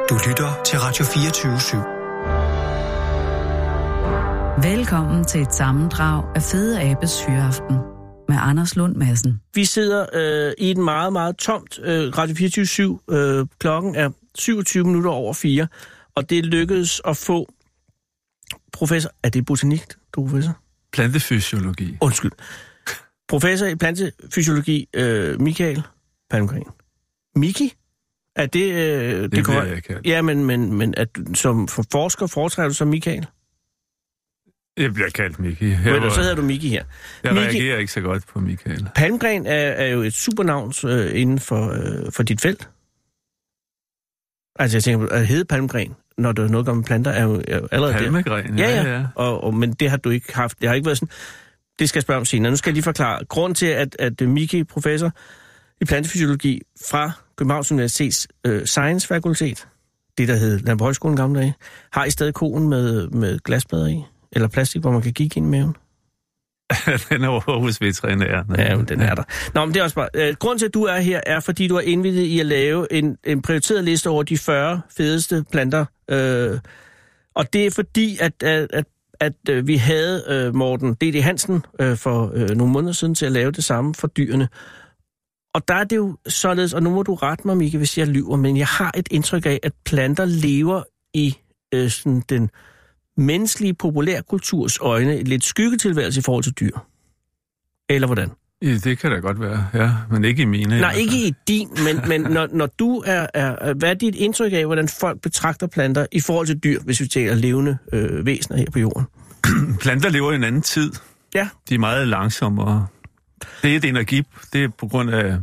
Du lytter til Radio 24/7. Velkommen til et sammendrag af Fede Abes Hyreaften med Anders Lund Madsen. Vi sidder i et meget, meget tomt Radio 24/7. Klokken er 4:27, og det lykkedes at få professor... Er det botanik, du er professor? Plantefysiologi. Undskyld. Professor i plantefysiologi, Michael Palmgren. Miki? Er det... det bliver jeg kaldt. Ja, men at, som forsker foretræder du som Michael? Jeg bliver kaldt Miki. Så hedder du Miki her. Jeg reagerer ikke så godt på Michael. Palmgren er jo et supernavn inden for dit felt. Altså jeg tænker, at hedde Palmgren, når du er noget om planter, er jo allerede Palmegren, der. Ja. Men det har du ikke haft. Det har ikke været sådan... Det skal jeg spørge om senere. Nu skal jeg lige forklare. Grunden til, at Miki, professor i plantefysiologi fra Københavns Universitets Science Fakultet, det der hed Landbrugshøjskolen gamle dage, har i stedet koen med glasplader i, eller plastik, hvor man kan kigge ind i maven. Den er overhovedet veterinær. Ja, den er der. Nå, men det er også bare... grunden til, at du er her, er, fordi du er indvidet i at lave en prioriteret liste over de 40 fedeste planter. Og det er fordi, at vi havde Morten D.D. Hansen for nogle måneder siden til at lave det samme for dyrene. Og der er det jo således, og nu må du rette mig, Mikke, hvis jeg lyver, men jeg har et indtryk af, at planter lever i sådan den menneskelige populærkulturs øjne lidt skyggetilværelse i forhold til dyr. Eller hvordan? Ja, det kan da godt være, ja, men ikke i mine. Nej, ikke i din, men når du er... Hvad er dit indtryk af, hvordan folk betragter planter i forhold til dyr, hvis vi taler levende væsener her på jorden? Planter lever i en anden tid. Ja. De er meget langsommere. Det er et energi, det er på grund af,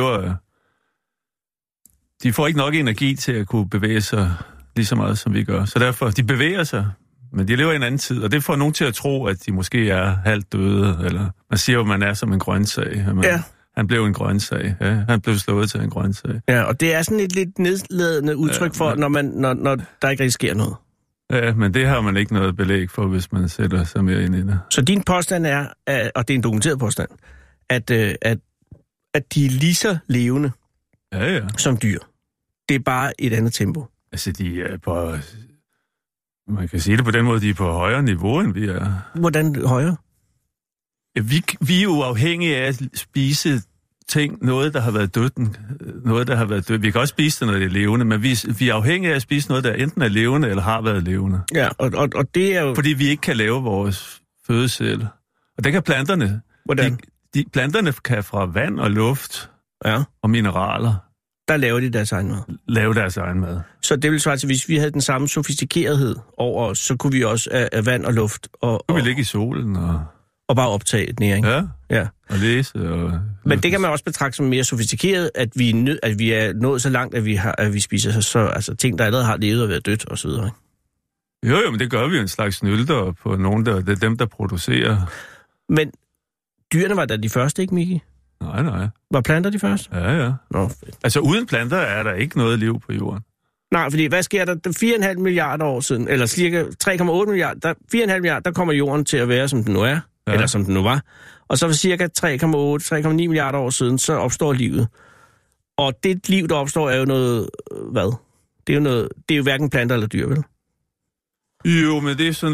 de får ikke nok energi til at kunne bevæge sig lige så meget, som vi gør. Så derfor, de bevæger sig, men de lever i en anden tid, og det får nogen til at tro, at de måske er halvt døde, eller man siger jo, at man er som en grøntsag. Han blev en grøntsag, ja. Han blev slået til en grøntsag. Ja, og det er sådan et lidt nedladende udtryk for, når der ikke rigtig sker noget. Ja, men det har man ikke noget belæg for, hvis man sætter sig mere ind i det. Så din påstand er, og det er en dokumenteret påstand, at de er lige så levende som dyr. Det er bare et andet tempo. Altså, de er på... Man kan sige det på den måde, de er på højere niveau, end vi er. Hvordan højere? Ja, vi er jo afhængige af at spise ting, noget, der har været dødt. Noget, der har været dødt. Vi kan også spise det, når det er levende, men vi er afhængige af at spise noget, der enten er levende eller har været levende. Ja, og det er jo... Fordi vi ikke kan lave vores fødecelle. Og det kan planterne. Hvordan? Planterne kan fra vand og luft og mineraler. Der laver de deres egen mad. Så det vil svare til, hvis vi havde den samme sofistikerethed over os, så kunne vi også af vand og luft og vi ligge i solen og bare optage et næring. Ja. Og læse. Men det kan man også betragte som mere sofistikeret, at vi er nået så langt, at vi spiser så altså ting, der allerede har levet og været dødt og så videre. Jo, men det gør vi en slags snylter på nogen, det er dem, der producerer. Men dyrene var da de første, ikke, Miki? Nej. Var planter de første? Ja. Nå, fedt. Altså uden planter er der ikke noget liv på jorden. Nej, fordi hvad sker der? 4,5 milliarder år siden, eller cirka 3,8 milliarder, 4,5 milliarder, der kommer jorden til at være, som den nu er, eller som den nu var. Og så for cirka 3,9 milliarder år siden, så opstår livet. Og det liv, der opstår, er jo noget... Hvad? Det er jo hverken planter eller dyr, vel? Jo, men det er sådan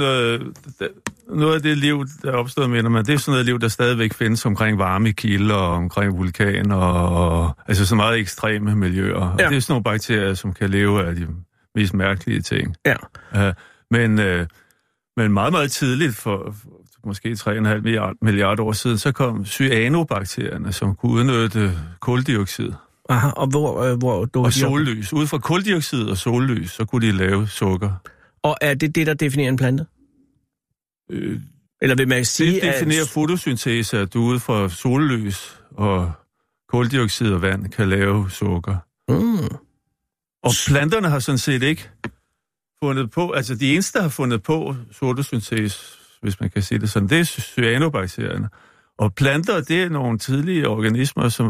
noget af det liv, der opstår, mener man, det er sådan noget liv, der stadigvæk findes omkring varme kilder og omkring vulkaner og altså så meget ekstreme miljøer. Og det er sådan nogle bakterier, som kan leve af de mest mærkelige ting. Ja. Men meget, meget tidligt, for måske 3,5 milliarder år siden, så kom cyanobakterierne, som kunne udnytte kuldioxid. Aha, og hvor og sollys. Ud fra kuldioxid og sollys, så kunne de lave sukker. Og er det det, der definerer en plante? Eller vil man sige, det definerer fotosyntese, at du ud fra sollys og kuldioxid og vand kan lave sukker. Og planterne har sådan set ikke fundet på, altså de eneste, der har fundet på fotosyntese, hvis man kan sige det sådan, det er cyanobakterierne. Og planter, det er nogle tidlige organismer, som...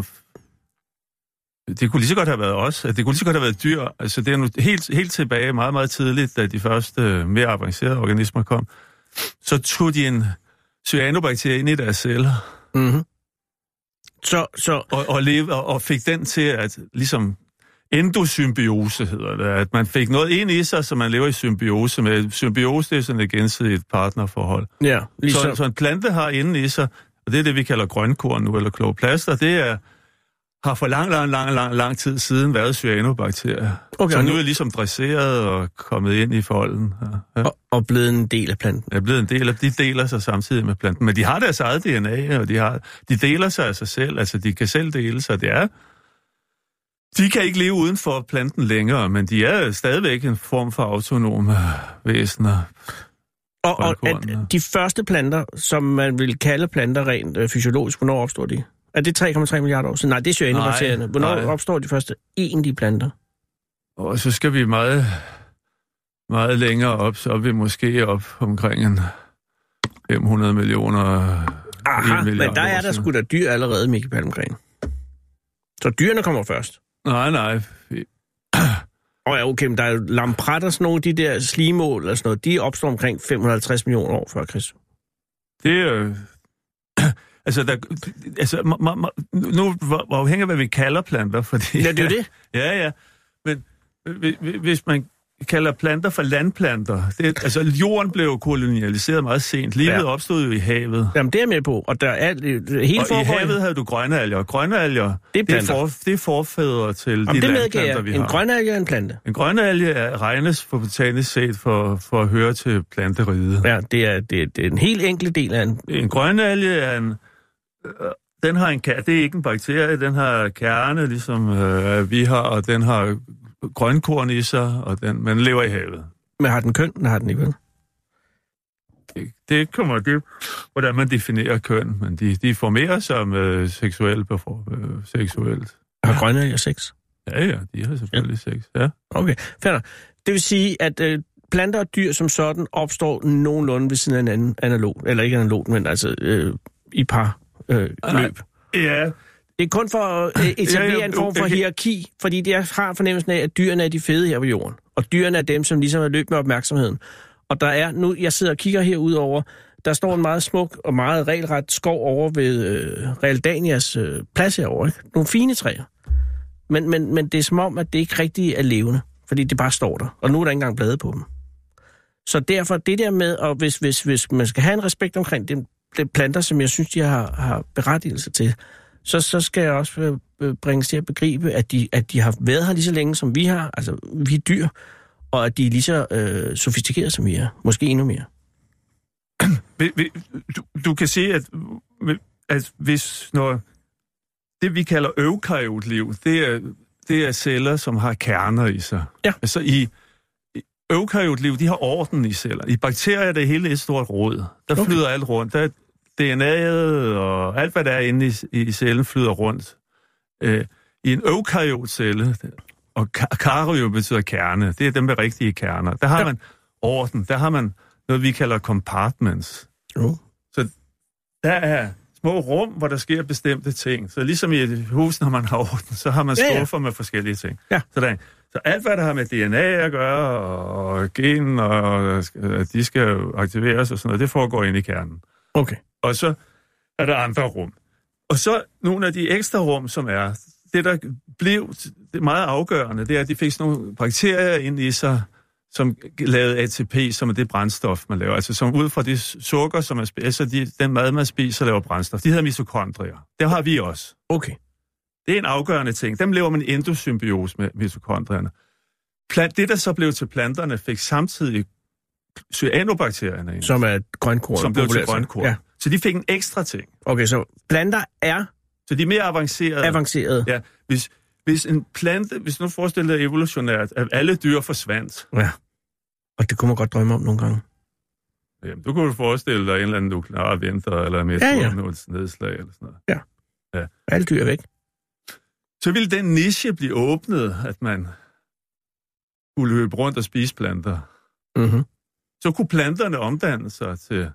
Det kunne lige så godt have været os. Det kunne lige så godt have været dyr. Altså, det er nu helt tilbage, meget, meget tidligt, da de første mere avancerede organismer kom. Så tog de en cyanobakterie ind i deres celler. Mm-hmm. Og fik den til at ligesom endosymbiose hedder det, at man fik noget ind i sig, som man lever i symbiose med. Symbiose, det er sådan et gensidigt partnerforhold. Ja, ligesom... så en plante har inde i sig, og det er det, vi kalder grønkorn nu, eller kloplaster, det har for lang tid siden været cyanobakterier. Okay, så nu er det ligesom dresseret og kommet ind i folden. Ja. Og blevet en del af planten. Ja, blevet en del af, de deler sig samtidig med planten. Men de har deres eget DNA, og de deler sig af sig selv, altså de kan selv dele sig. De kan ikke leve uden for planten længere, men de er stadigvæk en form for autonome væsener. Og de første planter, som man vil kalde planter rent fysiologisk, hvornår opstår de? Er det 3,3 milliarder år siden? Nej, det er cyanobakterierne. Hvornår opstår de første egentlige planter? Og så skal vi meget, meget længere op, så er vi måske op omkring 500 millioner. Aha, men der er der sgu da dyr allerede, Mikkel Palmgren. Så dyrene kommer først? Nej. Okay, men der er jo lampretter, sådan nogle af de der slimål og sådan noget, de opstår omkring 550 millioner år før Kristus. Det er nu afhænger af, hvad vi kalder planter, fordi... Ja, det er jo det. Ja. Men hvis man kalder planter for landplanter, jorden blev jo kolonialiseret meget sent. Livet opstod jo i havet. Jamen, det er med på. Og der er hele og i havet havde du grønalger. Grønalger, det er forfædre til de landplanter, vi har. En grønalge er en plante. En grønalge regnes for botanisk set for at høre til planteriget. Ja, det er en helt enkel del af en grønalge er den har det er ikke en bakterie, den har kerne, ligesom vi har, og den har grønkorn i sig, og man lever i havet. Men har den køn? Nej, har den ikke køn? Det kommer det, hvordan man definerer køn, men de formerer sig med seksuelt. Har grønalger sex? Ja, de har selvfølgelig sex, ja. Okay, færdig. Det vil sige, at planter og dyr som sådan opstår nogenlunde ved siden af en anden analog, eller ikke analog, men altså i par løb. Ja. Det er kun for at etablere en form for hierarki, fordi det har fornemmelsen af, at dyrene er de fede her på jorden. Og dyrene er dem, som ligesom har løbet med opmærksomheden. Og der er nu, jeg sidder og kigger herudover, der står en meget smuk og meget regelret skov over ved Realdanias plads herovre. Ikke? Nogle fine træer. Men det er som om, at det ikke rigtig er levende, fordi det bare står der. Og nu er der ikke engang blade på dem. Så derfor det der med, og hvis man skal have en respekt omkring det planter, som jeg synes, de har berettigelse til, så skal jeg også bringes til at begribe, at de har været her lige så længe, som vi har, altså vi er dyr, og at de er lige så sofistikerede som vi er. Måske endnu mere. Du kan sige, at hvis det vi kalder eukaryotliv, det er celler, som har kerner i sig. Ja. Altså i eukaryotliv, de har orden i celler. I bakterier er det hele et stort rod. Der flyder alt rundt. Der er DNA'et og alt, hvad der er inde i cellen, flyder rundt. I en eukaryotcelle, og karyo betyder kerne, det er dem med rigtige kerner. Der har man orden. Der har man noget, vi kalder compartments. Så der er små rum, hvor der sker bestemte ting. Så ligesom i et hus, når man har orden, så har man skuffer med forskellige ting. Ja. Så alt, hvad der har med DNA at gøre, og gen, og de skal aktiveres og sådan noget, det foregår ind i kernen. Okay. Og så er der andre rum. Og så nogle af de ekstra rum, som er det, der blev det meget afgørende, det er, at de fik sådan nogle bakterier ind i sig, som lavede ATP, som er det brændstof, man laver. Altså som ud fra det sukker, som man spiser, den mad, man spiser, laver brændstof. De hedder mitokondrier. Det har vi også. Okay. Det er en afgørende ting. Dem lever man i endosymbiose med mitokondrierne. Det, der så blev til planterne, fik samtidig cyanobakterierne ind. Som er grønkorn. Som blev til grønkorn. Ja. Så de fik en ekstra ting. Okay, så planter er... Så de er mere avancerede. Ja. Hvis nu forestiller dig evolutionært, at alle dyr forsvandt. Ja. Og det kunne man godt drømme om nogle gange. Jamen, du kunne forestille dig en eller anden nuklear vinter, eller nedslag, eller sådan noget. Ja. Alle dyr er væk. Så ville den niche blive åbnet, at man kunne løbe rundt og spise planter. Mm-hmm. Så kunne planterne omdanne sig til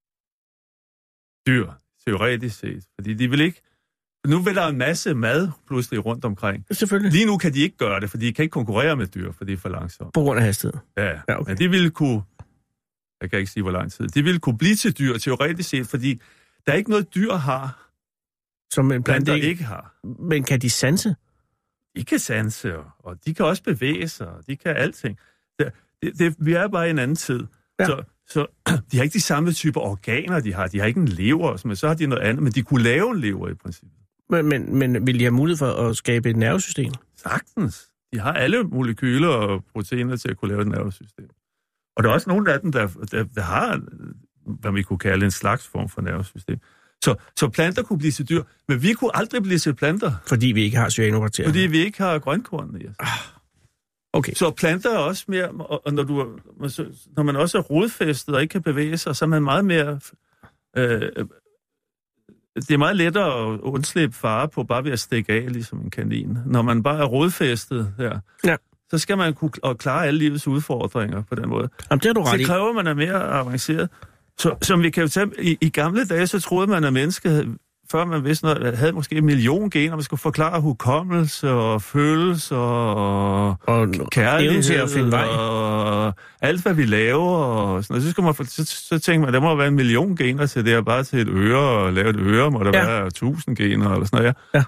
dyr, teoretisk set. Fordi de vil ikke... Nu vil der en masse mad pludselig rundt omkring. Selvfølgelig. Lige nu kan de ikke gøre det, for de kan ikke konkurrere med dyr, for de er for langsomme. På grund af hastighed? Ja, okay. Men de ville kunne... Jeg kan ikke sige, hvor lang tid. De ville kunne blive til dyr, teoretisk set, fordi der er ikke noget dyr har, som en plante ikke har. Men kan de sanse? de kan sanse, og de kan også bevæge sig, og de kan alting. Vi er bare i en anden tid. Ja. Så de har ikke de samme typer organer, de har. De har ikke en lever, men så har de noget andet, men de kunne lave en lever i princippet. Men vil de have mulighed for at skabe et nervesystem? Sagtens. De har alle molekyler og proteiner til at kunne lave et nervesystem. Og der er også nogle af dem, der har, hvad vi kunne kalde en slags form for nervesystem. Så planter kunne blive til dyr, men vi kunne aldrig blive til planter. Fordi vi ikke har cyanobakterier? Fordi vi ikke har grønkorn i os. Okay. Så planter er også mere, og når man også er rodfæstet og ikke kan bevæge sig, så er man meget mere... det er meget lettere at undslippe fare på bare ved at stikke af, ligesom en kanin. Når man bare er rodfæstet her, så skal man kunne klare alle livets udfordringer på den måde. Jamen, det er du ret i. Så kræver man er mere avanceret. Så som vi kan jo tage, i gamle dage, så troede man, at mennesket, før man vidste noget, havde måske 1 million gener, man skulle forklare hukommelse og følelser og kærlighed at finde vej. og alt, hvad vi laver. Og sådan noget. Så tænker man, der må være 1 million gener til det, og bare til et øre, og lave et øre, må der være 1000 gener, eller sådan noget. Ja.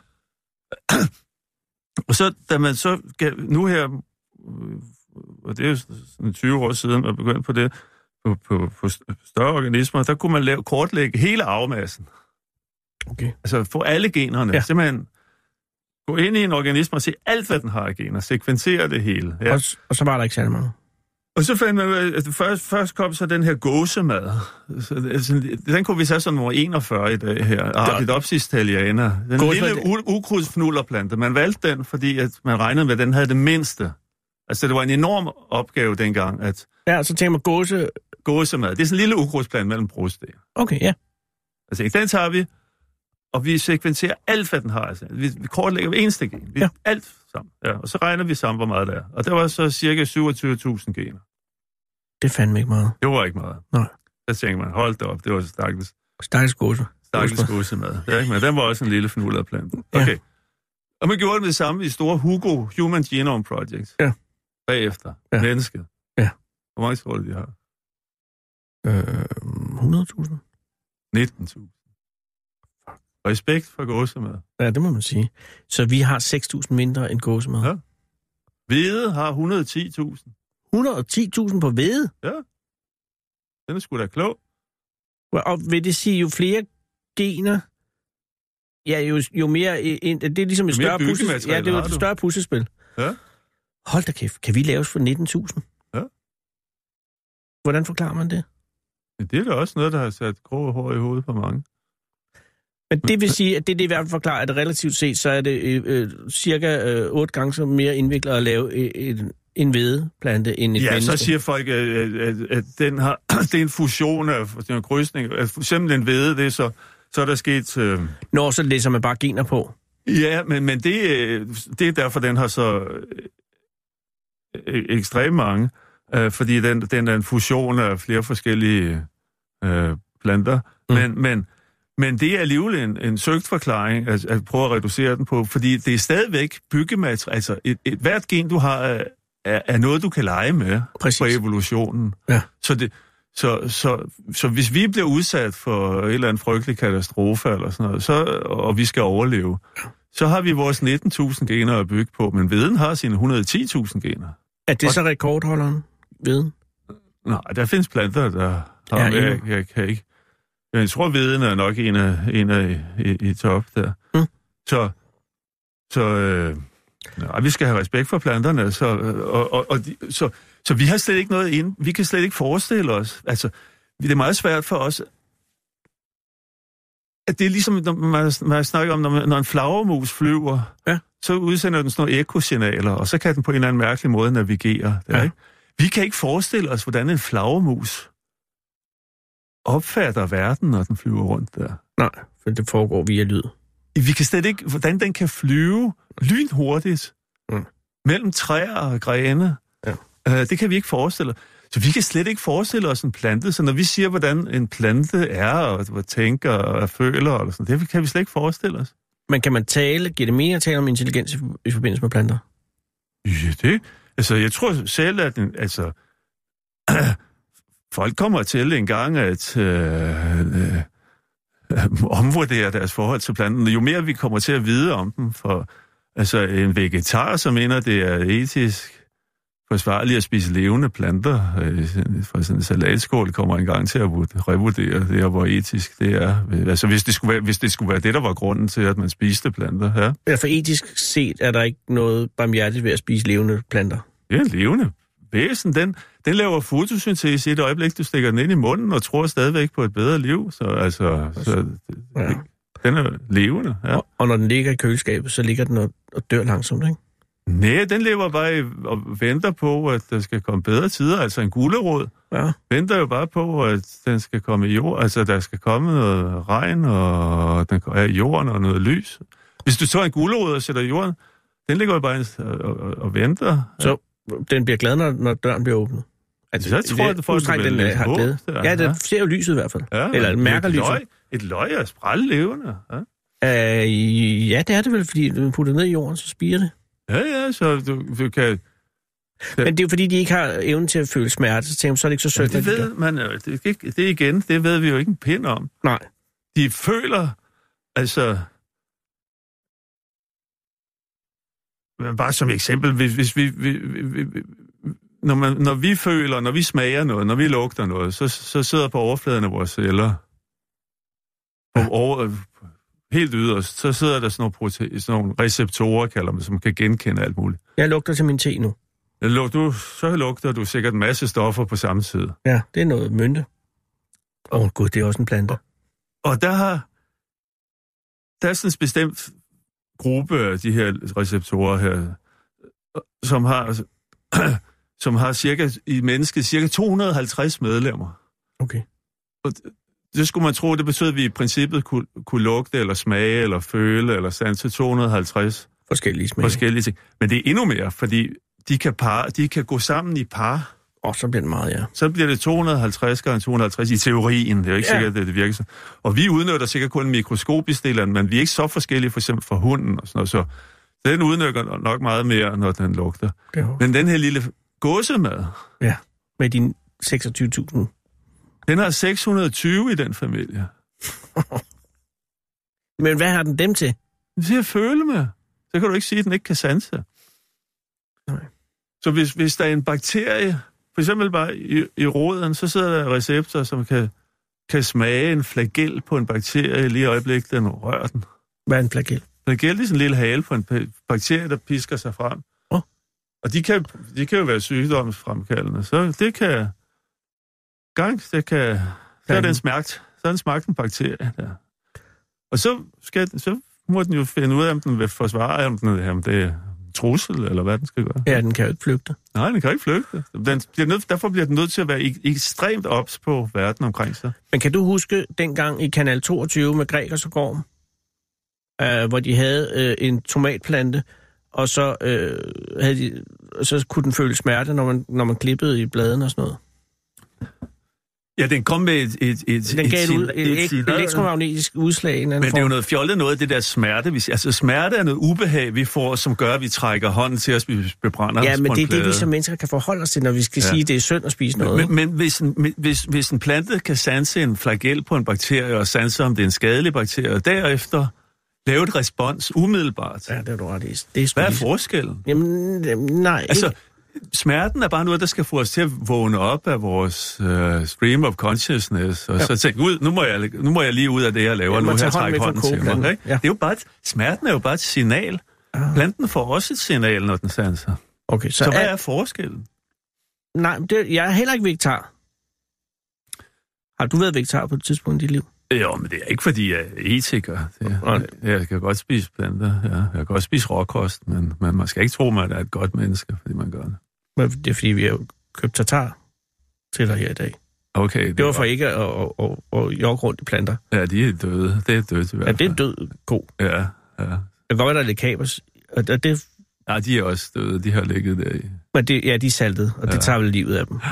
Og så, da man så nu her, og det er jo sådan 20 år siden, man begyndte på det, på større organismer, der kunne man kortlægge hele arvemassen. Okay. Altså få alle generne. Ja. Simpelthen gå ind i en organisme og se alt, hvad den har af gener. Sekventere det hele. Ja. Og så var der ikke særlig mange. Og så fandt man, at først kom så den her gåsemad. Den kunne vi tage som nummer 41 i dag her. Arabidopsis thaliana. Den lille ukrudtsfnullerplante. Man valgte den, fordi at man regnede med, at den havde det mindste. Altså det var en enorm opgave dengang. At ja, så tænker man gåsemad. Det er sådan en lille ukrudtsplante mellem brostænger. Okay, ja. Altså den tager vi, og vi sekventerer alt, hvad den har. Altså, vi kortlægger eneste gen. Alt sammen. Ja, og så regner vi sammen, hvor meget der er. Og der var så cirka 27.000 gener. Det fandme ikke meget. Det var ikke meget. Nej. Der tænker man, hold da op, det var så stakkels. Stakkels gåse. Stakkels gåsemad. Ja, ikke? Men den var også en lille fnullet plante. Okay. Ja. Og man gjorde det samme i store Hugo Human Genome Project. Ja. Bagefter. Ja. Mennesket. Ja. Hvor mange tror du, de har? 100.000? 19.000. Respekt for gåsemad. Ja, det må man sige. Så vi har 6.000 mindre end gåsemad. Ja. Hvede har 110.000. 110.000 på hvede? Ja. Den er sgu da klog. Og vil det sige, jo flere gener, ja, jo mere... Det er ligesom et større puslespil. Ja, det er jo et større puslespil. Ja. Hold da kæft, kan vi laves for 19.000? Ja. Hvordan forklarer man det? Det er da også noget, der har sat grå hår i hovedet på mange. Men det vil sige, at det i hvert fald forklarer, at relativt set, så er det cirka 8 gange så mere indviklet at lave en hvedeplante end et menneske. Ja, så siger folk, at den har, det er en fusion af en krydsning. Simpelthen en hvede, det er så er der sket... Så læser man bare gener på. Ja, men det er derfor, den har så ekstremt mange. Fordi den er en fusion af flere forskellige planter. Men det er alligevel en søgt forklaring at prøve at reducere den på, fordi det er stadigvæk byggemateriale. Altså, hvert gen, du har, er noget, du kan lege med på evolutionen. Ja. Så hvis vi bliver udsat for et eller andet frygtelig katastrofe eller sådan noget, og vi skal overleve, så har vi vores 19.000 gener at bygge på, men veden har sine 110.000 gener. Er det så rekordholderen, veden? Nej, der findes planter, der har mere. Jeg kan ikke. Jeg tror, veden er nok en af i top der. Vi skal have respekt for planterne. Så vi har slet ikke noget ind. Vi kan slet ikke forestille os. Altså, det er meget svært for os. At det er ligesom, når man snakker om, når en flagermus flyver, så udsender den sådan nogle ekosignaler, og så kan den på en eller anden mærkelig måde navigere. Der, ikke? Vi kan ikke forestille os, hvordan en flagermus opfatter verden, når den flyver rundt der. Nej, for det foregår via lyd. Vi kan slet ikke, hvordan den kan flyve lynhurtigt mellem træer og grene. Ja. Det kan vi ikke forestille os. Så vi kan slet ikke forestille os en plante. Så når vi siger, hvordan en plante er, og hvad tænker og føler, og sådan, det kan vi slet ikke forestille os. Men kan man giver det mening at tale om intelligens i forbindelse med planter? Ja, det. Altså, jeg tror selv, at folk kommer til en gang at omvurdere deres forhold til planterne. Jo mere vi kommer til at vide om dem, for Altså en vegetar, som mener, det er etisk forsvarligt at spise levende planter fra sådan en salatskål, kommer engang til at revurdere det her, hvor etisk det er. Altså hvis det skulle være det, der var grunden til, at man spiste planter. Ja. Ja, for etisk set er der ikke noget barmhjertigt ved at spise levende planter. Ja, levende væsen, den laver fotosyntese i et øjeblik, du stikker den ind i munden og tror stadigvæk på et bedre liv. Så den er levende. Ja. Og når den ligger i køleskabet, så ligger den og dør langsomt, ikke? Nej, den lever bare og venter på, at der skal komme bedre tider. Altså en gulerod venter jo bare på, at den skal komme i jord. Altså der skal komme noget regn og den er i jorden og noget lys. Hvis du tager en gulerod og sætter i jorden, den ligger jo bare og venter. Så den bliver glad, når døren bliver åbnet? Altså, jeg tror, at folk den har glæde. Ja, den ser jo lyset i hvert fald. Ja, eller mærker lyset. Et løg er sprællevende. Ja, det er det vel, fordi du putter ned i jorden, så spirer det. Ja, så du kan... Men det er jo fordi, de ikke har evnen til at føle smerte, så tænker man, så er det ikke så sødt. Ja, det ved man jo. Det ved vi jo ikke en pind om. Nej. De føler, altså... Bare som eksempel, hvis vi når vi føler, når vi smager noget, når vi lugter noget, så sidder på overfladen af vores celler, helt yderst, så sidder der sådan nogle receptorer, kalder man, som kan genkende alt muligt. Jeg lugter til min te nu. Så lugter du sikkert en masse stoffer på samme tid. Ja, det er noget mynte. Gud, det er også en plante. Og der er sådan en bestemt gruppe af de her receptorer her, som har cirka i mennesket cirka 250 medlemmer. Okay. Og det skulle man tro, det betød, at vi i princippet kunne lugte, eller smage, eller føle, eller sanse 250 forskellige ting. Men det er endnu mere, fordi de kan gå sammen i par. Så bliver det meget, ja. Så bliver det 250 gange 250 i teorien. Det er jo ikke sikkert, at det virker så. Og vi udnytter sikkert kun en mikroskopisk del, men vi er ikke så forskellige, for eksempel fra hunden og sådan noget. Så den udnytter nok meget mere, når den lugter. Men den her lille gåsemad... Ja, med dine 26.000. Den har 620 i den familie. Men hvad har den dem til? Til at føle med. Så kan du ikke sige, at den ikke kan sanse. Nej. Så hvis der er en bakterie, for eksempel bare i roden, så sidder der receptorer, som kan smage en flagel på en bakterie lige i øjeblikket, den rører den. Hvad er en flagel? Flagel er sådan en lille hale på en bakterie, der pisker sig frem. Og de kan jo være sygdomsfremkaldende. Så det kan... Så er den smagt en bakterie der. Og så må den jo finde ud af, om den vil forsvare, om det er trussel, eller hvad den skal gøre. Ja, den kan jo ikke flygte. Nej, den kan ikke flygte. Derfor bliver den nødt til at være ekstremt ops på verden omkring sig. Men kan du huske dengang i Kanal 22 med Gregers og Gorm, hvor de havde en tomatplante, og så, så kunne den føle smerte, når man klippede i bladene og sådan noget? Ja, den kom med den gav et elektromagnetisk udslag. Men det er jo noget fjollet noget, det der smerte. Altså smerte er noget ubehag, vi får, som gør, at vi trækker hånden til at bebrænde os på en plade. Ja, men det er det, vi som mennesker kan forholde os til, når vi skal sige, at det er synd at spise noget. Men hvis en plante kan sanse en flagel på en bakterie, og sanse, om det er en skadelig bakterie, og derefter lave et respons umiddelbart. Ja, det er du ret i. Hvad er forskellen? Jamen, nej. Altså, smerten er bare noget, der skal få os til at vågne op af vores stream of consciousness, og så tænke, nu må jeg lige ud af det, jeg laver, nu her trække hånden til mig. Ikke? Ja. Det er jo bare smerten er jo bare et signal. Planten får også et signal, når den sanser. Okay, så hvad er forskellen? Nej, jeg er heller ikke vegetar. Har du været vegetar på et tidspunkt i dit liv? Jo, men det er ikke, fordi jeg er etiker. Jeg kan godt spise planter, ja. Jeg kan godt spise råkost, men man skal ikke tro mig, at jeg er et godt menneske, fordi man gør det. Men det er, fordi vi har købt tartar til dig her i dag. Okay. Det var for ikke at jogge rundt i planter. Ja, de er døde. Det er dødt i hvert fald. Ja, det er død ko. Ja. Det kan godt være, der er lidt kapers. Ja, de er også døde. De har ligget der i. Men de er saltet, og det tager vel livet af dem.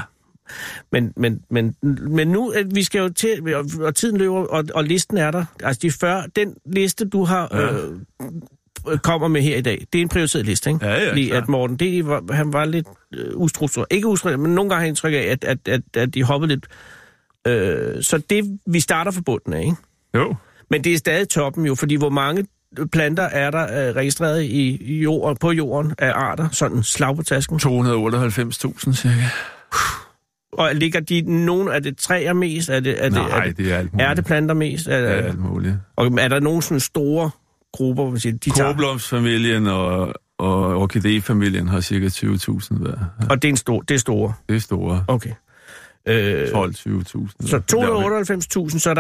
Men nu, vi skal jo til, og tiden løber, og listen er der. Altså den liste, du har kommer med her i dag, det er en prioriteret liste, ikke? Ja, lige at Morten, han var lidt ustruktureret. Ikke ustruktureret, men nogle gange har jeg indtryk af, at de hoppede lidt. Så det, vi starter fra bunden af, ikke? Jo. Men det er stadig toppen jo, fordi hvor mange planter er der registreret i jorden, på jorden af arter, sådan slag på tasken? 298.000 cirka. Og ligger de nogen, er det træer mest? Nej, det er alt muligt. Er det planter mest? Det er alt muligt. Og er der nogen sådan store grupper, hvor man siger, de tager... Korblomsfamilien og orkidéfamilien har cirka 20.000 hver. Ja. Og det er store? Det er store. Okay. 12-20.000. Så 298.000, så der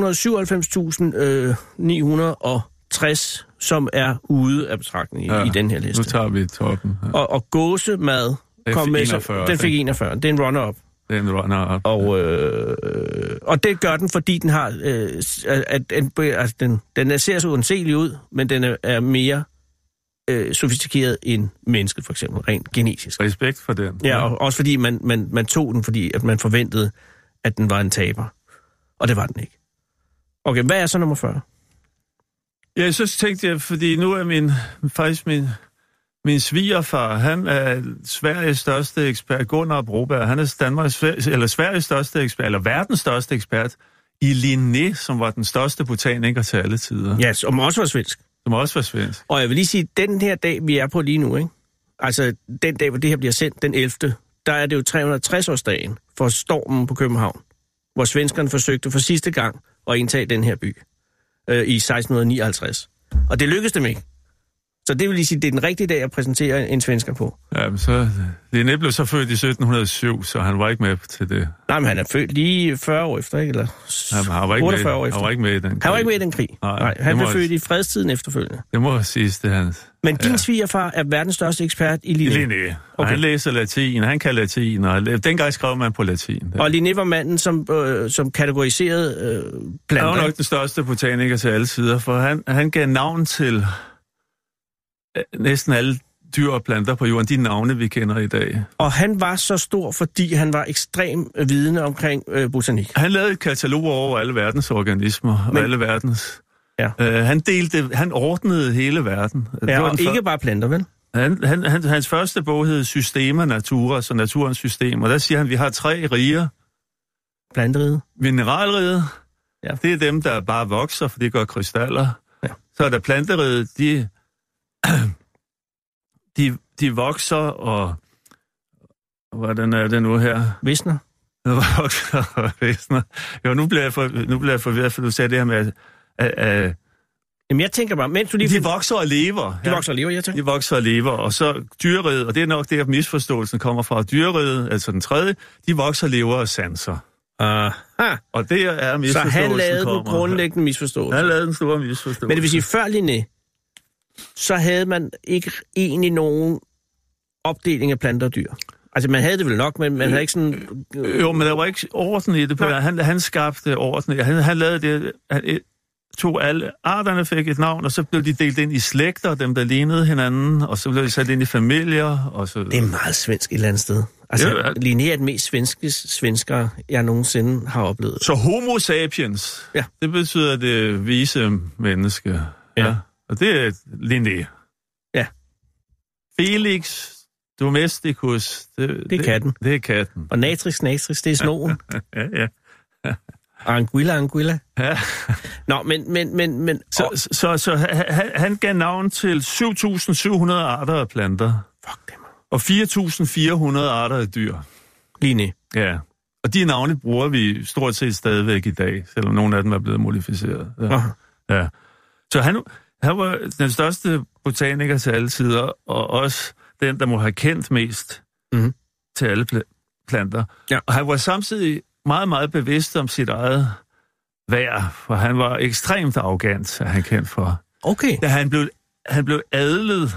er 297.960, som er ude af betragtning i den her liste. Nu tager vi toppen. Ja. Og gåsemad kom med, 41, den fik 41. Det er en runner-up. Det er en runner-up. Og det gør den, fordi den har... den ser så undseelig ud, men den er mere sofistikeret end mennesket, for eksempel, rent genetisk. Respekt for den. Ja, og også fordi man tog den, fordi at man forventede, at den var en taber. Og det var den ikke. Okay, hvad er så nummer 40? Ja, så tænkte jeg, fordi nu er min svigerfar, han er Sveriges største ekspert, Gunnar Broberg, han er Sveriges største ekspert, eller verdens største ekspert, i Linné, som var den største botaniker til alle tider. Ja, som også var svensk. Og jeg vil lige sige, den her dag, vi er på lige nu, ikke? Altså, den dag, hvor det her bliver sendt, den 11., der er det jo 360-årsdagen for stormen på København, hvor svenskerne forsøgte for sidste gang at indtage den her by i 1659. Og det lykkedes dem ikke. Så det vil lige sige, det er den rigtige dag at præsentere en svensker på. Ja, men så... Linné blev så født i 1707, så han var ikke med til det. Nej, men han er født lige 40 år efter, ikke? Eller han var 48 år efter. Han var ikke med i den krig. Han var ikke med i den krig. Nej, han blev født i fredstiden efterfølgende. Det må siges, det hans. Men din svigerfar er verdens største ekspert i Linné. Linné. Okay. Han læser latin, han kan latin, og dengang skrev man på latin. Ja. Og Linné var manden, som kategoriserede planter. Han var nok den største botaniker til alle sider, for han gav navn til næsten alle dyr og planter på jorden, de navne, vi kender i dag. Og han var så stor, fordi han var ekstrem vidende omkring botanik. Han lavede et katalog over alle verdens organismer og alle verdens... Ja. Han ordnede hele verden. Ja, og ikke bare planter, vel? Hans første bog hed Systema Natura, så naturens system, og der siger han, at vi har 3 riger. Planteriget. Mineralriget. Ja. Det er dem, der bare vokser, for det gør krystaller. Ja. Så er der planteriget, de vokser, og hvordan er det nu her? Visner. Vokser og visner. Jo, nu bliver jeg forvirret, for du sagde det her med, Jamen, jeg tænker bare, mens du lige... De vokser og lever. De vokser og lever, jeg tænker. De vokser og lever, og så dyreriget, og det er nok det, at misforståelsen kommer fra. Dyreriget, altså den tredje, de vokser, lever og sanser. Aha. Og det er misforståelsen. Så han lavede den grundlæggende misforståelse. Han lavede den store misforståelse. Men det vil sige, før Linné, så havde man ikke egentlig nogen opdeling af planter og dyr. Altså, man havde det vel nok, men man havde ikke sådan... Jo, men der var ikke orden i det. Han skabte orden. Han lavede det... tog alle arterne, fik et navn, og så blev de delt ind i slægter, dem der lignede hinanden, og så blev de sat ind i familier, og så... Det er meget svensk et eller andet sted. Altså, ja, Linné er den mest svenskere, jeg nogensinde har oplevet. Så homo sapiens, ja. Det betyder det vise menneske. Ja. Og det er Linné. Ja. Felix domesticus, det er katten. Det er katten. Og natrix, det er snogen. Ja. Anguilla. Ja. Nå, men... Så han gav navn til 7.700 arter af planter. Fuck det, man. Og 4.400 arter af dyr. Linné. Ja. Og de navne bruger vi stort set stadigvæk i dag, selvom nogle af dem er blevet modificeret. Ja. Så han var den største botaniker til alle tider, og også den, der må have kendt mest til alle planter. Ja. Og han var samtidig meget, meget bevidst om sit eget værd, for han var ekstremt arrogant, er han kendt for. Okay. Da han blev adlet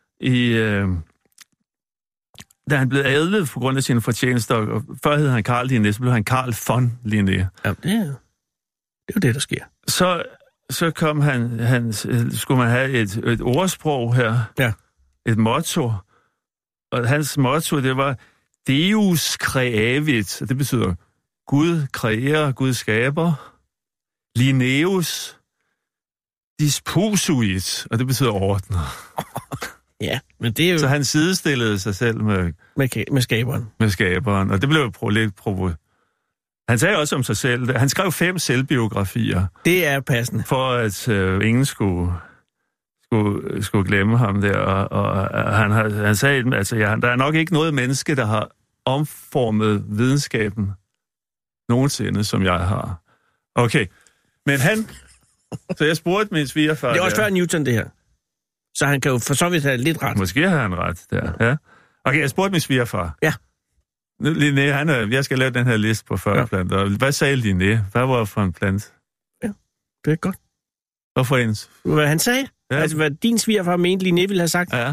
da han blev adlet på grund af sine fortjenester, og før hed han Carl Linné, så blev han Carl von Linné. Ja, det er jo det, der sker. Så kom skulle man have et ordsprog her, ja. Et motto, og hans motto, det var Deus creavit, og det betyder Gud kreerer, Gud skaber. Linnaeus disposuit, og det betyder ordner. Ja, men det er jo... Så han sidestillede sig selv med skaberen. Med skaberen, og det blev jo lidt Han sagde også om sig selv, han skrev 5 selvbiografier. Det er passende. For at ingen skulle skulle glemme ham der. Og han sagde, altså, der er nok ikke noget menneske, der har omformet videnskaben nogensinde, som jeg har. Okay, men så jeg spurgte min svigerfar... Det er også før Newton, det her. Så han kan jo for så vidt have lidt ret. Måske har han ret der, ja. Okay, jeg spurgte min svigerfar. Ja. Linné, jeg skal lave den her liste på 40 planter. Hvad sagde Linné? Hvad var for en plant? Ja, det er godt. Hvorfor en? Hvad han sagde? Ja. Altså, hvad din svigerfar mente, Linné ville have sagt? Ja.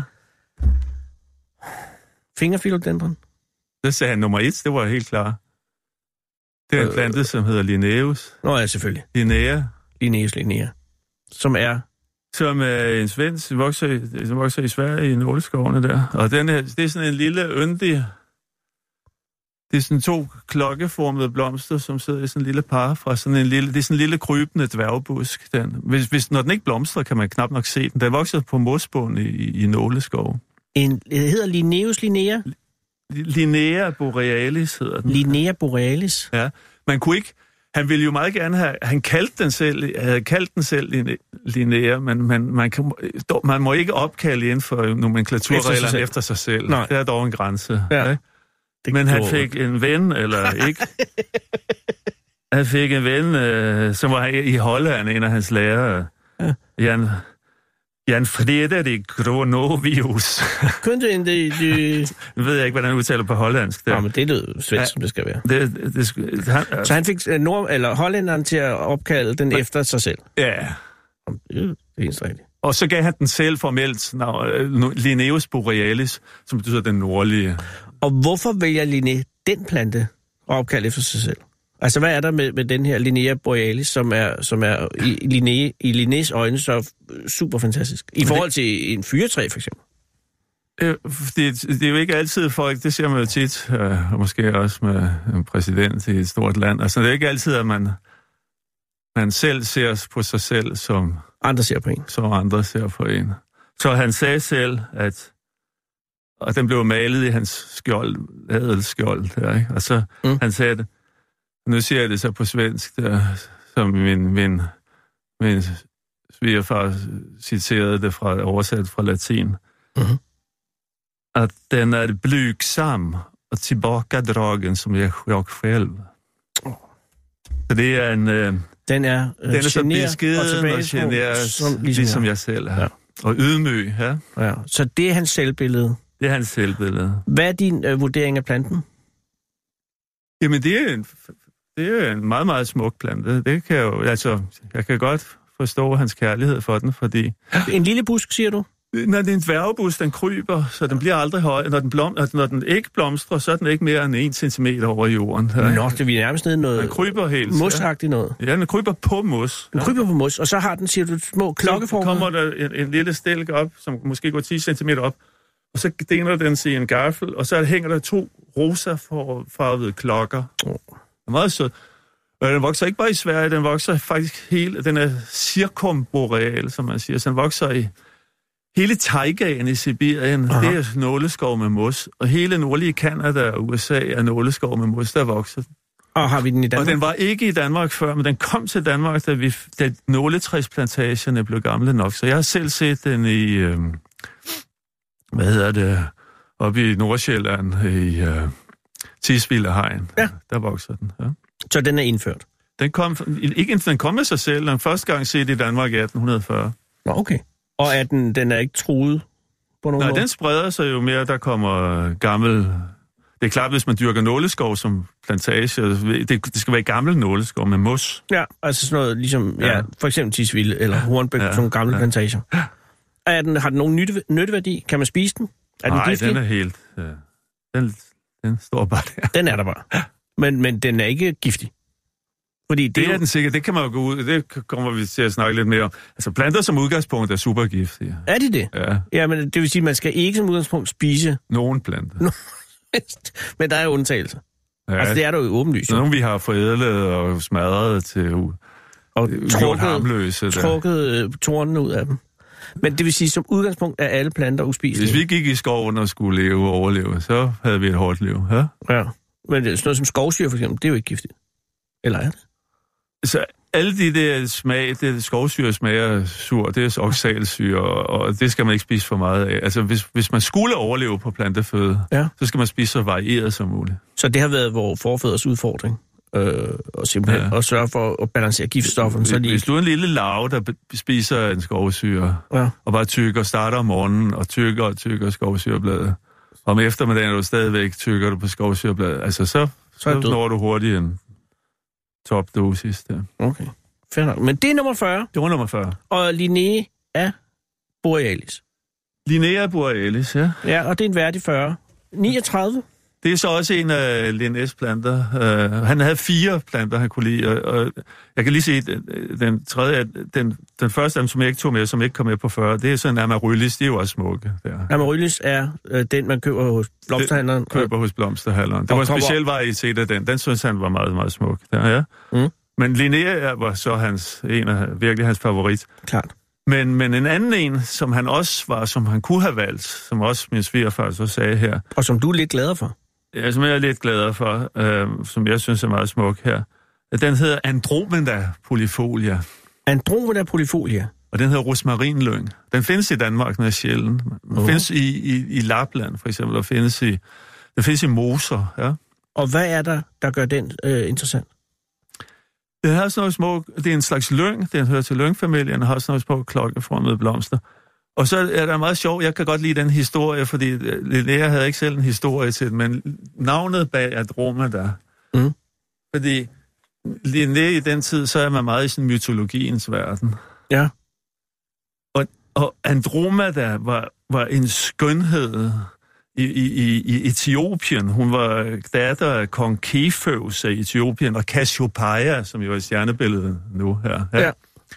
Fingerphilodendron. Det sagde han nummer 1, det var helt klart. Det er en plante, som hedder Linnaeus. Nå ja, selvfølgelig. Linnea. Som er en svensk, som vokser i Sverige i nåleskovene der. Og det er sådan en lille yndig... Det er sådan 2 klokkeformede blomster, som sidder i sådan en lille par fra sådan en lille... Det er sådan en lille krybende dværgbusk. Når den ikke blomstrer, kan man knap nok se den. Den vokser på mosbund i nåleskov. Det hedder Linnaeus Linnea? Linnea borealis hedder den. Linnea borealis? Ja. Man kunne ikke... Han ville jo meget gerne have... Han havde kaldt den selv Linnea, men man må ikke opkalde inden for nomenklaturreglerne efter sig selv. Nej. Det er dog en grænse. Ja. Men han fik en ven, eller ikke? Han fik en ven, som var i Holland, en af hans lærere. Ja. Jan Frederik Gronovius. Kunde en det... Nu ved jeg ikke, hvordan han udtaler på hollandsk. Ja, men det lyder svensk, som det skal være. Så han fik hollænderen til at opkalde den efter sig selv? Ja. Det er helt rigtigt. Og så gav han den selv formelt Linnaeus borealis, som betyder den nordlige. Og hvorfor vælger Linné den plante at opkalde efter sig selv? Altså, hvad er der med den her Linnea borealis, som er i Linnés øjne så super fantastisk? I forhold til en fyrretræ, for eksempel? Det er jo ikke altid folk, det ser man jo tit, og måske også med en præsident i et stort land. Altså, det er ikke altid, at man selv ser på sig selv, som andre ser på en. Som andre ser på en. Så han sagde selv, og den blev malet i hans skjold, adelsskjold, der, ikke? Og så han sagde det, nu siger jeg det så på svensk, der, som min svigerfar citerede det oversat fra latin. Mm-hmm. At den er blygsam og tilbakedragen som jeg selv. Så det er en... Den er så beskeden og generet, ligesom jeg selv er. Ja. Og ydmyg, ja. Så det er hans selvbillede? Det er hans selvbillede. Hvad er din vurdering af planten? Jamen, det er en meget, meget smuk plante. Det kan jeg kan godt forstå hans kærlighed for den, fordi... En lille busk, siger du? Når det er en dværgebusk, den kryber, så den bliver aldrig høj. Når den ikke blomstrer, så er den ikke mere end 1 centimeter over jorden. Nå, det er nærmest noget... Den kryber helt. Mosagtigt noget. Ja, den kryber på mos. Den kryber på mos, og så har den, siger du, små klokkeformer. Så kommer der en lille stilk op, som måske går 10 centimeter op, og så deler den sig i en gaffel, og så hænger der 2 rosafarvede klokker. Det er meget sødt. Den vokser ikke bare i Sverige, den vokser faktisk den er cirkumboreal, som man siger. Så den vokser i hele taigaen i Sibirien. Aha. Det er nåleskov med mos. Og hele nordlige Canada og USA er nåleskov med mos, der vokser. Og har vi den i Danmark? Og den var ikke i Danmark før, men den kom til Danmark, da nåletræsplantagerne blev gamle nok. Så jeg har selv set den i... oppe i Nordsjælland, i Tisvildehegn. Ja. Der vokser den, ja. Så den er indført? Den kom med sig selv. Den første gang set i Danmark i 1840. Nå, okay. Og den er ikke truet på nogen måde? Nej, den spreder sig jo mere, der kommer gammel... Det er klart, hvis man dyrker nåleskov som plantage, det skal være gammel nåleskov med mos. Ja, altså sådan noget, ligesom, for eksempel Tisvilde eller Hornbæk, sådan nogle gamle plantager. Har den nogen nytteværdi? Kan man spise den? Nej, den er helt... Den står bare der. Den er der bare. Men den er ikke giftig. Fordi det er den sikkert. Det kan man jo gå ud. Det kommer vi til at snakke lidt mere om. Altså, planter som udgangspunkt er super giftige. Er de det? Ja. Ja, men det vil sige, at man skal ikke som udgangspunkt spise... Nogen planter. Men der er jo undtagelser. Ja. Altså, det er der jo åbenlyst. Nogle vi har forædlet og smadret til... Og trukket tornene ud af dem. Men det vil sige, som udgangspunkt er alle planter uspiselige. Hvis vi gik i skoven og skulle overleve, så havde vi et hårdt liv. Ja? Ja. Men sådan noget som skovsyre for eksempel, det er jo ikke giftigt. Eller er det? Så alle de der smag, det skovsyre smager sur, det er oxalsyre, og det skal man ikke spise for meget af. Altså, hvis man skulle overleve på planteføde, så skal man spise så varieret som muligt. Så det har været vores forfædres udfordring, og simpelthen at sørge for at balancere giftstofferne. Så hvis du er en lille larve, der spiser en skovsyre, og bare tykker, starter om morgenen, og tykker skovsyrebladet, og om eftermiddagen er du stadigvæk tykker du på skovsyrebladet, altså så når du hurtigt en topdosis der. Okay, fair nok. Men det er nummer 40. Det var nummer 40. Og Linnea borealis. Linnea borealis, ja. Ja, og det er en værdig 40. 39. Det er så også en af Linnés planter. Han havde 4 planter, han kunne lide, og jeg kan lige se, den tredje, den første af dem, som jeg ikke tog med, som ikke kom med på 40, det er sådan amaryllis, de er jo også smukke. Amaryllis er den, man køber hos blomsterhandleren. Køber hos blomsterhandleren. Det var en speciel varietet af den. Den synes han var meget, meget smuk. Der, ja. Men Linnea var så virkelig hans favorit. Klart. Men en anden en, som han også var, som han kunne have valgt, som også min svigerfar så sagde her. Og som du er lidt gladere for. Ja, som jeg er lidt gladere for, som jeg synes er meget smuk her. Den hedder Andromeda polyfolia. Andromeda polyfolia? Og den hedder rosmarinlyng. Den findes i Danmark, men er sjældent. Den findes i Lapland, for eksempel, og den findes i moser, ja. Og hvad er der gør den interessant? Det har sådan noget små, det er en slags lyng, den hører til lyngfamilien, og har sådan noget små klokkeformede blomster. Og så er der meget sjovt, jeg kan godt lide den historie, fordi Linnea havde ikke selv en historie til den, men navnet bag Andromeda. Fordi Linnea i den tid, så er man meget i sådan mytologiens verden. Ja. Og Andromeda var en skønhed i Etiopien. Hun var datter af kong Keføs af Etiopien, og Cassiopeia, som jo er stjernebilledet nu her. Ja.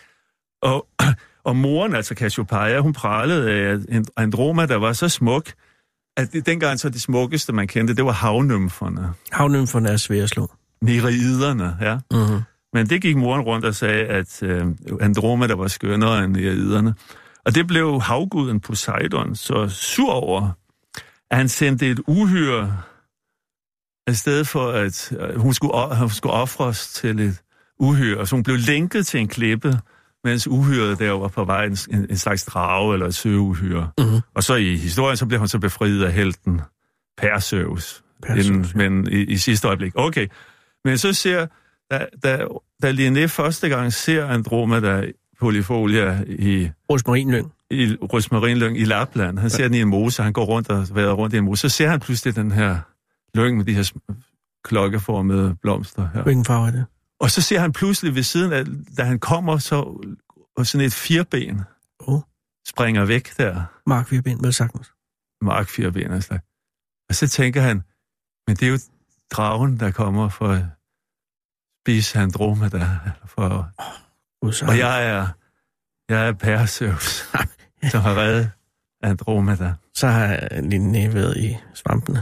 Og moren, altså Cassiopeia, hun pralede af, at Andromeda var så smuk, at dengang så det smukkeste, man kendte, det var havnymferne. Havnymferne er svære at slå. Nereiderne, ja. Uh-huh. Men det gik moren rundt og sagde, at Andromeda var skønnere end nereiderne. Og det blev havguden Poseidon så sur over, at han sendte et uhyre i stedet for, at hun skulle ofres til et uhyre. Så hun blev lænket til en klippe, mens uhyret der var på vej en slags drage eller et søuhyre. Uh-huh. Og så i historien, så blev hun så befriet af helten Perseus. Men i sidste øjeblik. Okay. Men så ser, da Linné første gang ser Andromeda polyfolia i rosmarinlyng i Lapland, han ser den i en mose, han går rundt og vader rundt i en mose, så ser han pludselig den her lyng med de her klokkeformede blomster her. Hvilken farve er det? Og så ser han pludselig ved siden af, da han kommer, så og sådan et 4-ben springer væk der. Mark 4-ben, hvad sagtens? Mark 4-ben, altså. Og så tænker han, men det er jo dragen, der kommer for at spise Andromeda. Og jeg er Perseus, som har reddet Andromeda. Så har Linné været i svampene.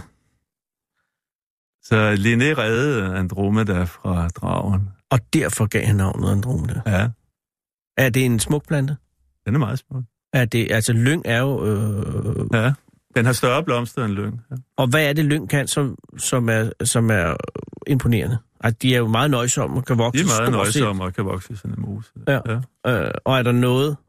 Så Linné reddede Andromeda fra dragen. Og derfor gav han navnet Andromeda? Ja. Er det en smuk plante? Den er meget smuk. Er det, altså lyng er jo... Ja, den har større blomster end lyng. Ja. Og hvad er det, lyng kan, som er imponerende? At de er jo meget nøjsomme og kan vokse. De er meget nøjsomme og kan vokse sådan en mose. Ja. Og er der noget...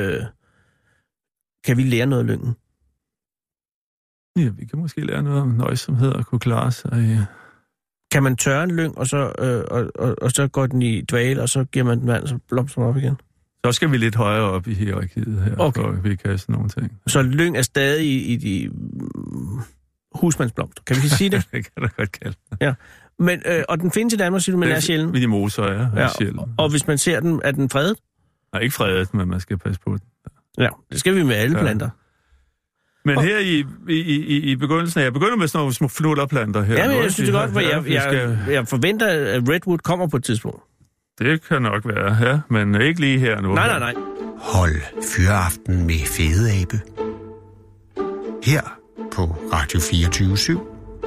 kan vi lære noget af lyngen? Ja, vi kan måske lære noget om nøjsomhed og kunne klare sig. Kan man tørre en lyng, og så går den i dvale, og så giver man den vand, så blomster den op igen? Så skal vi lidt højere op i hierarkiet her, okay. For vi kan sådan nogle ting. Så lyng er stadig i de husmandsblomster, kan vi sige det? Det kan da godt kalde det. Ja. Men, og den findes i Danmark, siger du, men er sjældent? Ved de moser, ja. Sjældent. Og hvis man ser den, er den fredet? Nej, ikke fredet, men man skal passe på den. Ja, det skal vi med alle planter. Men her i begyndelsen, jeg begynder med sådan nogle små flutterplanter her. Ja, men jeg synes det godt, for jeg forventer, at Redwood kommer på et tidspunkt. Det kan nok være, ja, men ikke lige her nu. Nej. Hold Fyraften med Fede Abe. Her på Radio 24/7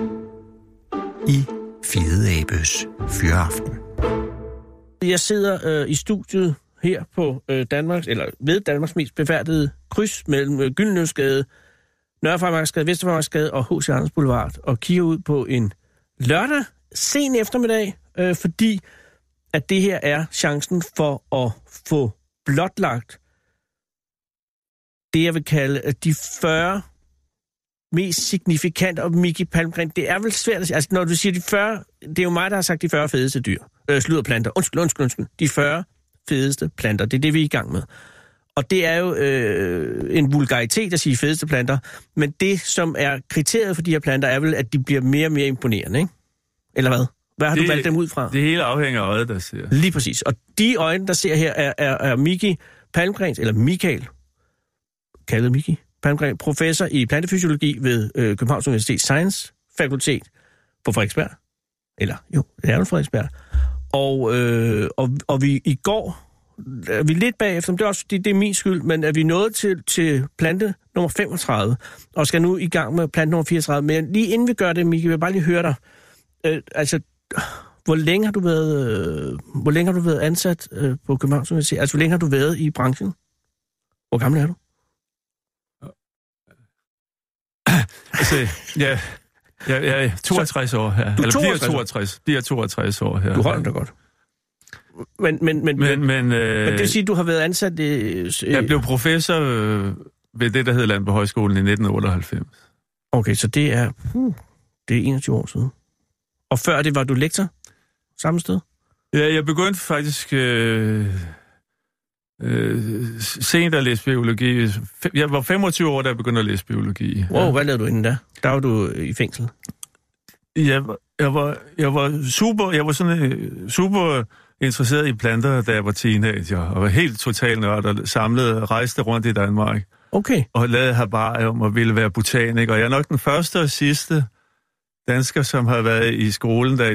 i Fede Abes Fyraften. Jeg sidder i studiet her på ved Danmarks mest befærdede kryds mellem Gyldenløvsgade, Nørrefarmarksgade, Vesterfarmarksgade og H.C. Andersens Boulevard og kigger ud på en lørdag sen eftermiddag, fordi at det her er chancen for at få blotlagt det, jeg vil kalde de 40 mest signifikante, og Miki Palmgren, det er vel svært at sige. Altså, når du siger de 40, det er jo mig, der har sagt de 40 fedeste dyr. Planter. Undskyld. De 40 fedeste planter, det er det, vi er i gang med. Og det er jo en vulgaritet at sige fedeste planter, men det, som er kriteriet for de her planter, er vel, at de bliver mere og mere imponerende, ikke? Eller hvad? Hvad har du valgt dem ud fra? Det hele afhænger af øjet, der ser. Lige præcis. Og de øjne, der ser her, er Miki Palmgren, eller Michael, kaldet Miki Palmgren, professor i plantefysiologi ved Københavns Universitet Science Fakultet på Frederiksberg. Eller, jo, det er jo Frederiksberg. Og vi i går, er vi lidt bagefter, det er også det er min skyld, men er vi nået til plante nummer 35, og skal nu i gang med plante nummer 34. Men lige inden vi gør det, Miki, vil jeg bare lige høre dig. Hvor længe har du været ansat på Københavns Universitet? Altså, hvor længe har du været i branchen? Hvor gammel er du? Jeg er 62 år her. Du bliver 62 år her. Du holder dig godt. Men det vil sige, at du har været ansat Jeg blev professor ved det, der hed Landbohøjskolen i 1998. Okay, så det er 21 år siden. Og før det var du lektor samme sted? Ja, jeg begyndte faktisk sent at læse biologi. Jeg var 25 år, da jeg begyndte at læse biologi. Wow, hvad lavede du inden da? Der var du i fængsel. Jeg var super interesseret i planter, da jeg var teenager, og var helt totalt nørd og rejste rundt i Danmark. Okay. Og lavede herbarium og ville være botaniker. Jeg er nok den første og sidste dansker, som har været i skolen, i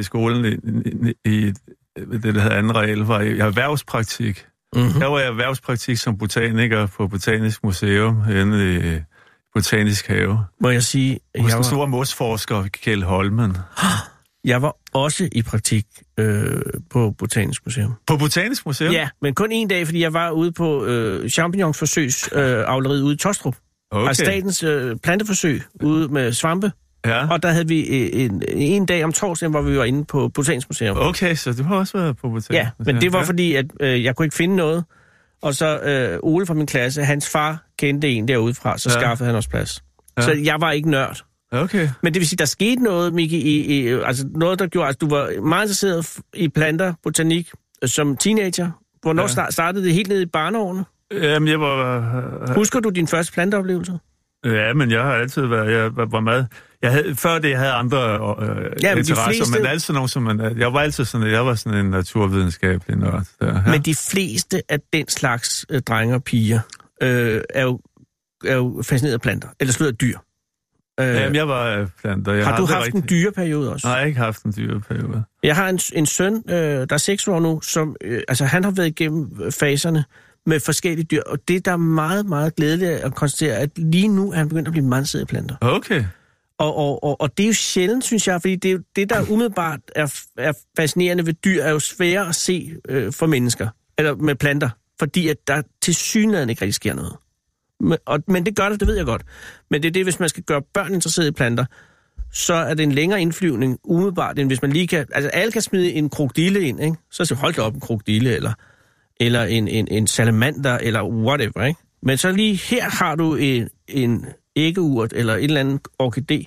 det, der hedder anden regel, var i erhvervspraktik. Mm-hmm. Der var jeg erhvervspraktik som botaniker på Botanisk Museum inde i Botanisk Have. Må jeg sige... Hos den store mosforsker, Kjeld Holmen. Jeg var også i praktik på Botanisk Museum. På Botanisk Museum? Ja, men kun en dag, fordi jeg var ude på champignonforsøgsavleriet ude i Tostrup. Okay. Altså statens planteforsøg ude med svampe. Ja. Og der havde vi en dag om torsdagen, hvor vi var inde på Botanisk Museum. Okay, så du har også været på Botanisk Museum. Ja, men det var fordi, at jeg kunne ikke finde noget. Og så Ole fra min klasse, hans far kendte en derudefra, så skaffede han også plads. Ja. Så jeg var ikke nørd. Okay. Men det vil sige, der skete noget, Miki, altså noget, der gjorde, altså du var meget interesseret i planter, botanik, som teenager. Hvornår startede det helt ned i barneårene? Jamen, jeg var... Husker du din første planteoplevelse? Ja, men jeg har altid været... Jeg var meget... Før det, jeg havde andre interesser, men altid nogen, som jeg var altid sådan... Jeg var sådan en naturvidenskabelig nørd. Ja. Men de fleste af den slags drenge og piger er jo fascineret af planter, eller slået af dyr. Jamen, jeg var planter. Har du haft en dyreperiode også? Nej, jeg har ikke haft en dyreperiode. Jeg har en søn, der er 6 år nu, som han har været igennem faserne med forskellige dyr, og det der er meget, meget glædeligt at konstatere, at lige nu er han begyndt at blive meget interesseret i planter. Okay. Og det er jo sjældent, synes jeg, fordi det er jo det, der umiddelbart er fascinerende ved dyr, er jo sværere at se for mennesker, eller med planter, fordi at der tilsyneladende ikke rigtig sker noget. Men det gør det ved jeg godt. Men det er det, hvis man skal gøre børn interesseret i planter, så er det en længere indflyvning umiddelbart, end hvis man lige kan... Altså, alle kan smide en krokodille ind, ikke? Så hold da op en krokodille, eller en salamander, eller whatever, ikke? Men så lige her har du en æggeurt, eller et eller andet orkidé,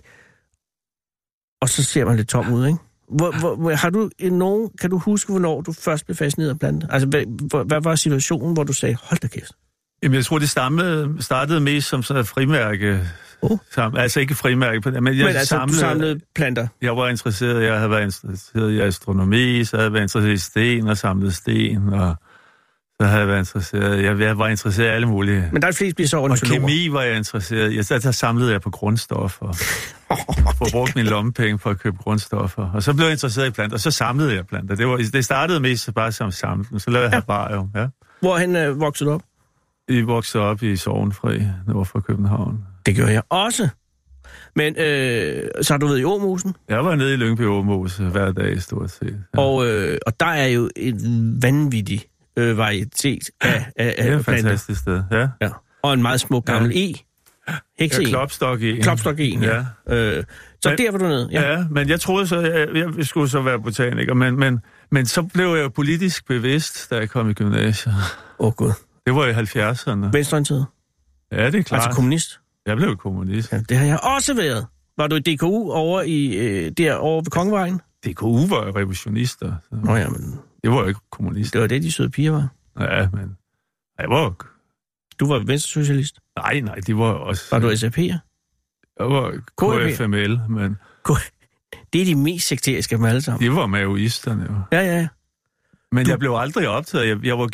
og så ser man lidt tom ud, ikke? Har du kan du huske, hvornår du først blev fascineret af planter? Altså, hvad var situationen, hvor du sagde, hold da kæft? Jamen, jeg tror, det startede mest som sådan et frimærke. Altså ikke frimærke, men jeg samlede planter. Jeg havde været interesseret i astronomi, så havde jeg været interesseret i sten og samlet sten, og så havde jeg været interesseret. Jeg var interesseret i alle mulige. Men der er flest bliver så ornitologer. Og kemi var jeg interesseret i. Der samlede jeg på grundstoffer. For brugt min lommepenge for at købe grundstoffer. Og så blev jeg interesseret i planter, og så samlede jeg planter. Det startede mest bare som samling. Så lavede jeg herbarium. Ja. Hvorhen voksede du op? I voksede op i Sorgenfri, nord for København. Det gør jeg også. Men så har du været i Åmosen? Jeg var nede i Lyngby Åmose hver dag, stort set. Ja. Og der er jo en vanvittig varietet af det er et fantastisk sted, ja. Og en meget smuk gammel Hekse Klopstok en. Klopstok en, ja. Så der var du nede. Ja, men jeg troede så, jeg skulle så være botaniker, men så blev jeg politisk bevidst, da jeg kom i gymnasiet. Gud. Det var i 70'erne. Venstreorienteret? Ja, det er klart. Altså kommunist? Jeg blev kommunist. Ja, det har jeg også været. Var du i DKU over derovre ved Kongevejen? DKU var jo revolutionister. Nå ja, men... Det var jo ikke kommunister. Det var det, de søde piger var. Ja, men... Jeg var... Du var venstresocialist? Nej, de var også... Var du SAP'er? Jeg var KFML, men... Det er de mest sekteriske af dem alle sammen. De var maoisterne jo. Ja. Men jeg blev aldrig optaget. Jeg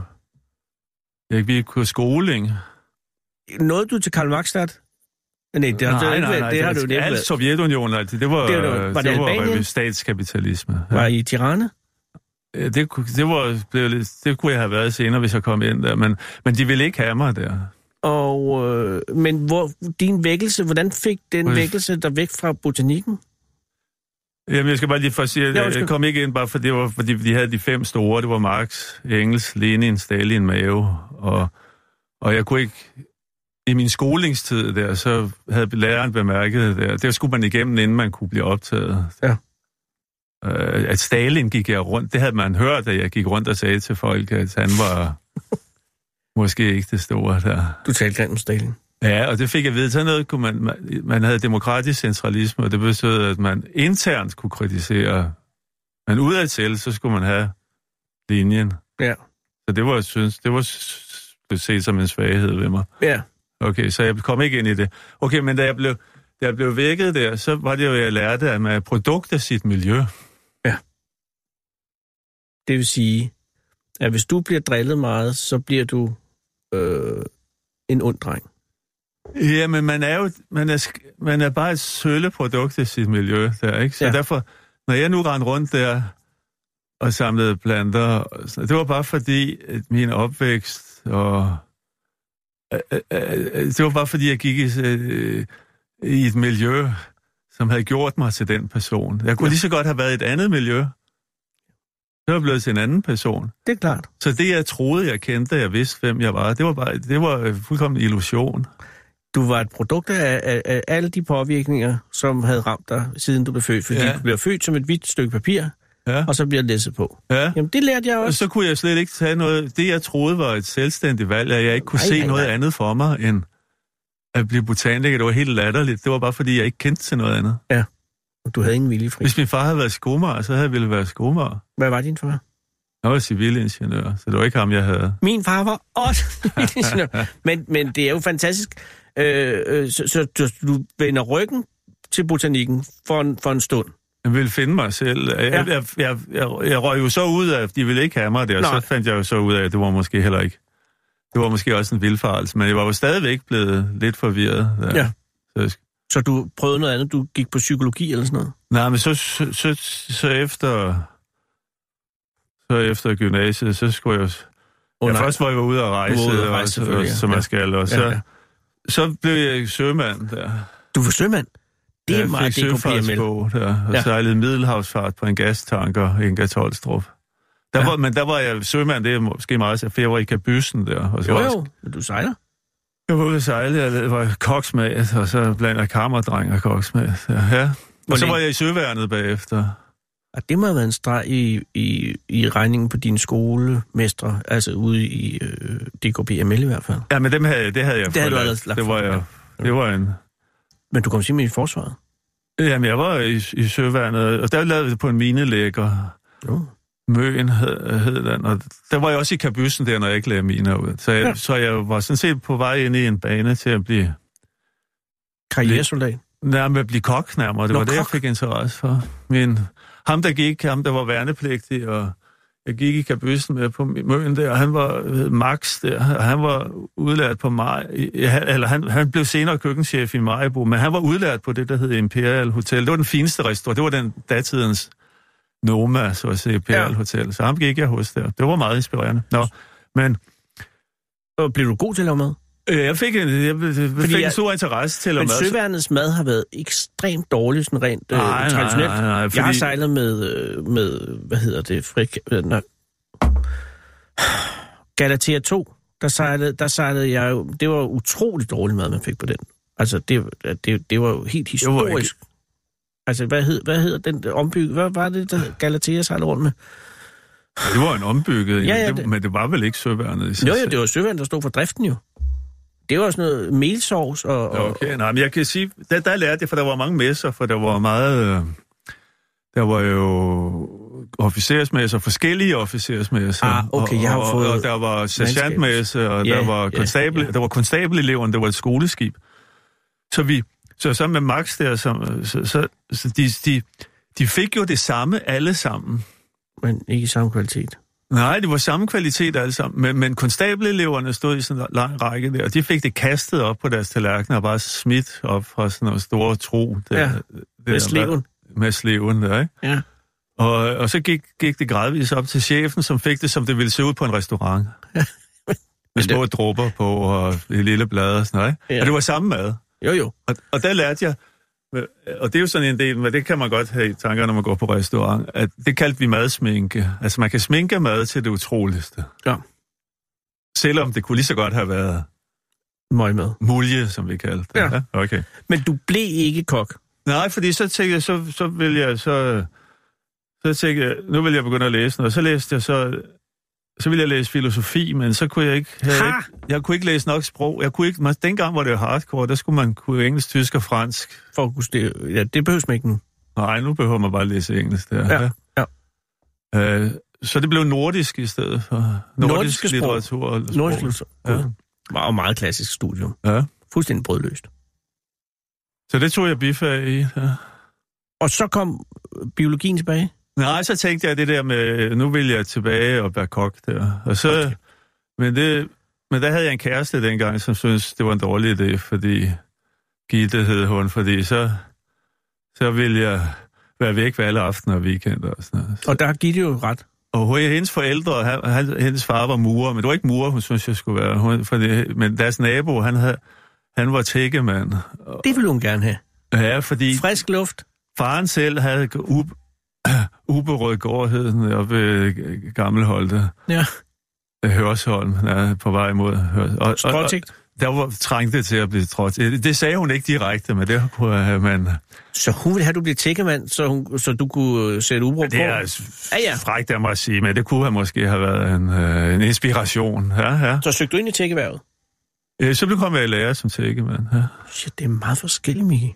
gik på skoling. Nåede du til Karl Marx-start? Nej, det har du ikke. Alt Sovjetunionen, altså, det var statskapitalisme. Ja. Var I Tirana? Det kunne jeg have været senere, hvis jeg kom ind der, men de ville ikke have mig der. Men din vækkelse, hvordan fik den vækkelse der væk fra botanikken? Jamen, jeg skal bare lige for at sige, at jeg kom ikke ind, bare fordi de havde de 5 store. Det var Marx, Engels, Lenin, Stalin, Mao, og jeg kunne ikke... I min skolingstid der, så havde læreren bemærket det. Det skulle man igennem, inden man kunne blive optaget. Ja. At Stalin gik jeg rundt. Det havde man hørt, at jeg gik rundt og sagde til folk, at han var måske ikke det store der. Du talte grimt om Stalin. Ja, og det fik jeg ved. Sådan noget kunne man havde demokratisk centralisme, og det betød, at man internt kunne kritisere. Men udadtil, så skulle man have linjen. Ja. Så det var set som en svaghed ved mig. Ja. Okay, så jeg kom ikke ind i det. Okay, men da jeg blev vækket der, så var det jo, jeg lærte, at man er produkt af sit miljø. Ja. Det vil sige, at hvis du bliver drillet meget, så bliver du en ond dreng. Ja, men man er bare et sølle-produkt af sit miljø der, ikke? Så derfor, når jeg nu rendte rundt der og samlede planter, det var bare fordi, at min opvækst og... Det var bare fordi, jeg gik i et miljø, som havde gjort mig til den person. Jeg kunne lige så godt have været i et andet miljø. Så var blevet til en anden person. Det er klart. Så det, jeg troede, jeg kendte, jeg vidste, hvem jeg var, det var fuldkommen illusion. Du var et produkt af alle de påvirkninger, som havde ramt dig, siden du blev født. Fordi du blev født som et hvidt stykke papir, og så bliver det læsset på. Ja. Jamen, det lærte jeg også. Og så kunne jeg slet ikke tage noget... Det, jeg troede var et selvstændigt valg, at jeg ikke kunne se noget andet for mig, end at blive botaniker. Det var helt latterligt. Det var bare, fordi jeg ikke kendte til noget andet. Ja, og du havde ingen viljefri. Hvis min far havde været skomager, så havde jeg ville være skomager. Hvad var din far? Jeg var civilingeniør, så det var ikke ham, jeg havde. Min far var også civilingeniør. men det er jo fantastisk. Så du vender ryggen til botanikken for en stund. Jeg ville finde mig selv. Jeg røg jo så ud af, at de ville ikke have mig der, og så fandt jeg jo så ud af, at det var måske heller ikke. Det var måske også en vildfarelse, men jeg var jo stadigvæk blevet lidt forvirret. Der. Ja. Så du prøvede noget andet? Du gik på psykologi eller sådan noget? Nej, men så efter gymnasiet, så skulle jeg jo... Først var jeg ude at rejse, som jeg skal, og så blev jeg sømand der. Du var sømand? Det er meget søfartsbog der, og sejlede middelhavsfart på en gastanker i Inga Tolstrup. Der var jeg sømand, det er måske meget, for jeg var i kabysen der. Og så men du sejler? Jeg var ude at sejle, jeg var koksmad, og så blandt af kammerdreng og koksmad. Ja. Og så var jeg i søværnet bagefter. Og det må have været en streg i regningen på dine skolemestre, altså ude i DKPML i hvert fald. Ja, men det havde jeg forladt. Det var en... Men du kom simpelthen i forsvaret? Jamen, jeg var i søværnet, og der lavede vi det på en minelægger. Møen hed den, og der var jeg også i kabysen der, når jeg ikke lagde miner ud. Så jeg var sådan set på vej ind i en bane til at blive... Karrieresoldat? Nærmere at blive kok nærmere, det var det, jeg fik interesse for. Ham der var værnepligtig, og jeg gik i kabysen med på Møen der, og han var Max der, og han var udlært på han blev senere køkkenchef i Maribo, men han var udlært på det, der hed Imperial Hotel. Det var den fineste restaurant, det var den datidens Noma, så at sige, Imperial Hotel. Så ham gik jeg hos der. Det var meget inspirerende. Men... Og blev du god til at lave mad? Jeg fik en stor interesse til at lave mad. Men søværnets mad har været ekstremt dårlig, sådan rent traditionelt. Nej, fordi... Jeg har sejlet med hvad hedder det, Galatea 2, der sejlede jeg jo... Det var utroligt dårlig mad, man fik på den. Altså, det var jo helt historisk. Altså, hvad hedder den ombygget? Hvad var det, der Galatea sejlede rundt med? Det var en ombygget, ja, men det var vel ikke søværnet i sig selv? Jo, det var søværnet, der stod for driften jo. Det var sådan noget melsovs og... Okay, nej, men jeg kan sige, der lærte jeg, for der var mange messer, for der var meget... Der var jo officersmesser, forskellige officersmesser. Okay, jeg har fået... Og der var sergeantmesse, og der var konstabel, der var konstabeleleverne, der var et skoleskib. Så sammen med Max der, så de fik jo det samme alle sammen. Men ikke i samme kvalitet. Nej, det var samme kvalitet alle sammen, men konstabeleleverne stod i sådan en lang række der, og de fik det kastet op på deres tallerkener og bare smidt op fra sådan noget store tro. Med sleven. Med sleven der, ikke? Ja. Og så gik det gradvist op til chefen, som fik det, som det ville se ud på en restaurant. Med små dråber på og et lille blad og sådan noget, ikke? Ja. Og det var samme mad. Jo. Og der lærte jeg, og det er jo sådan en del, men det kan man godt have i tanker, når man går på restaurant, at det kaldte vi madsminke. Altså man kan sminke mad til det utroligste. Ja. Selvom det kunne lige så godt have været møgmad. Mulje, som vi kaldte det. Ja. Okay. Men du blev ikke kok? Nej, fordi så tænkte jeg, så tænkte jeg, nu vil jeg begynde at læse noget. Så læste jeg så ville jeg læse filosofi, men så kunne jeg kunne ikke læse nok sprog. Jeg kunne ikke, dengang var det jo hardcore, der skulle man kunne engelsk, tysk og fransk. For at kunne det behøves man ikke nu. Nej, nu behøver man bare læse engelsk der. Ja. Så det blev nordisk i stedet for nordisk litteratur. Nordisk litteratur. Ja. Var meget klassisk studium. Ja. Fuldstændig brødløst. Så det tog jeg bifag i. Ja. Og så kom biologien tilbage? Nej, så tænkte jeg det der med, nu vil jeg tilbage og være kok der. Og så, okay. Men der havde jeg en kæreste dengang, som syntes, det var en dårlig idé, fordi Gitte hed hun, fordi så ville jeg være væk ved alle aftener og weekender og sådan noget. Og der har Gitte jo ret. Og hendes forældre, hendes far var murer, men det var ikke murer, hun synes, jeg skulle være. Men deres nabo, han var tækkemand. Det ville hun gerne have. Ja, fordi... Frisk luft. Faren selv havde Uberød gård hed den oppe ved Gammelholte. Ja. Hørsholm, er på vej imod Hørsholm. Stråtægt. Der var trængte til at blive trådt. Det sagde hun ikke direkte, men det kunne man... Så hun ville have, du blev tækkemand, så du kunne sætte Ubro på? Det er frækt af mig at sige, men det kunne have måske have været en inspiration. Ja. Så søgte du ind i tækkeværvet? Så blev jeg i lære som tækkemand. Ja. Shit, det er meget forskelligt, Miki.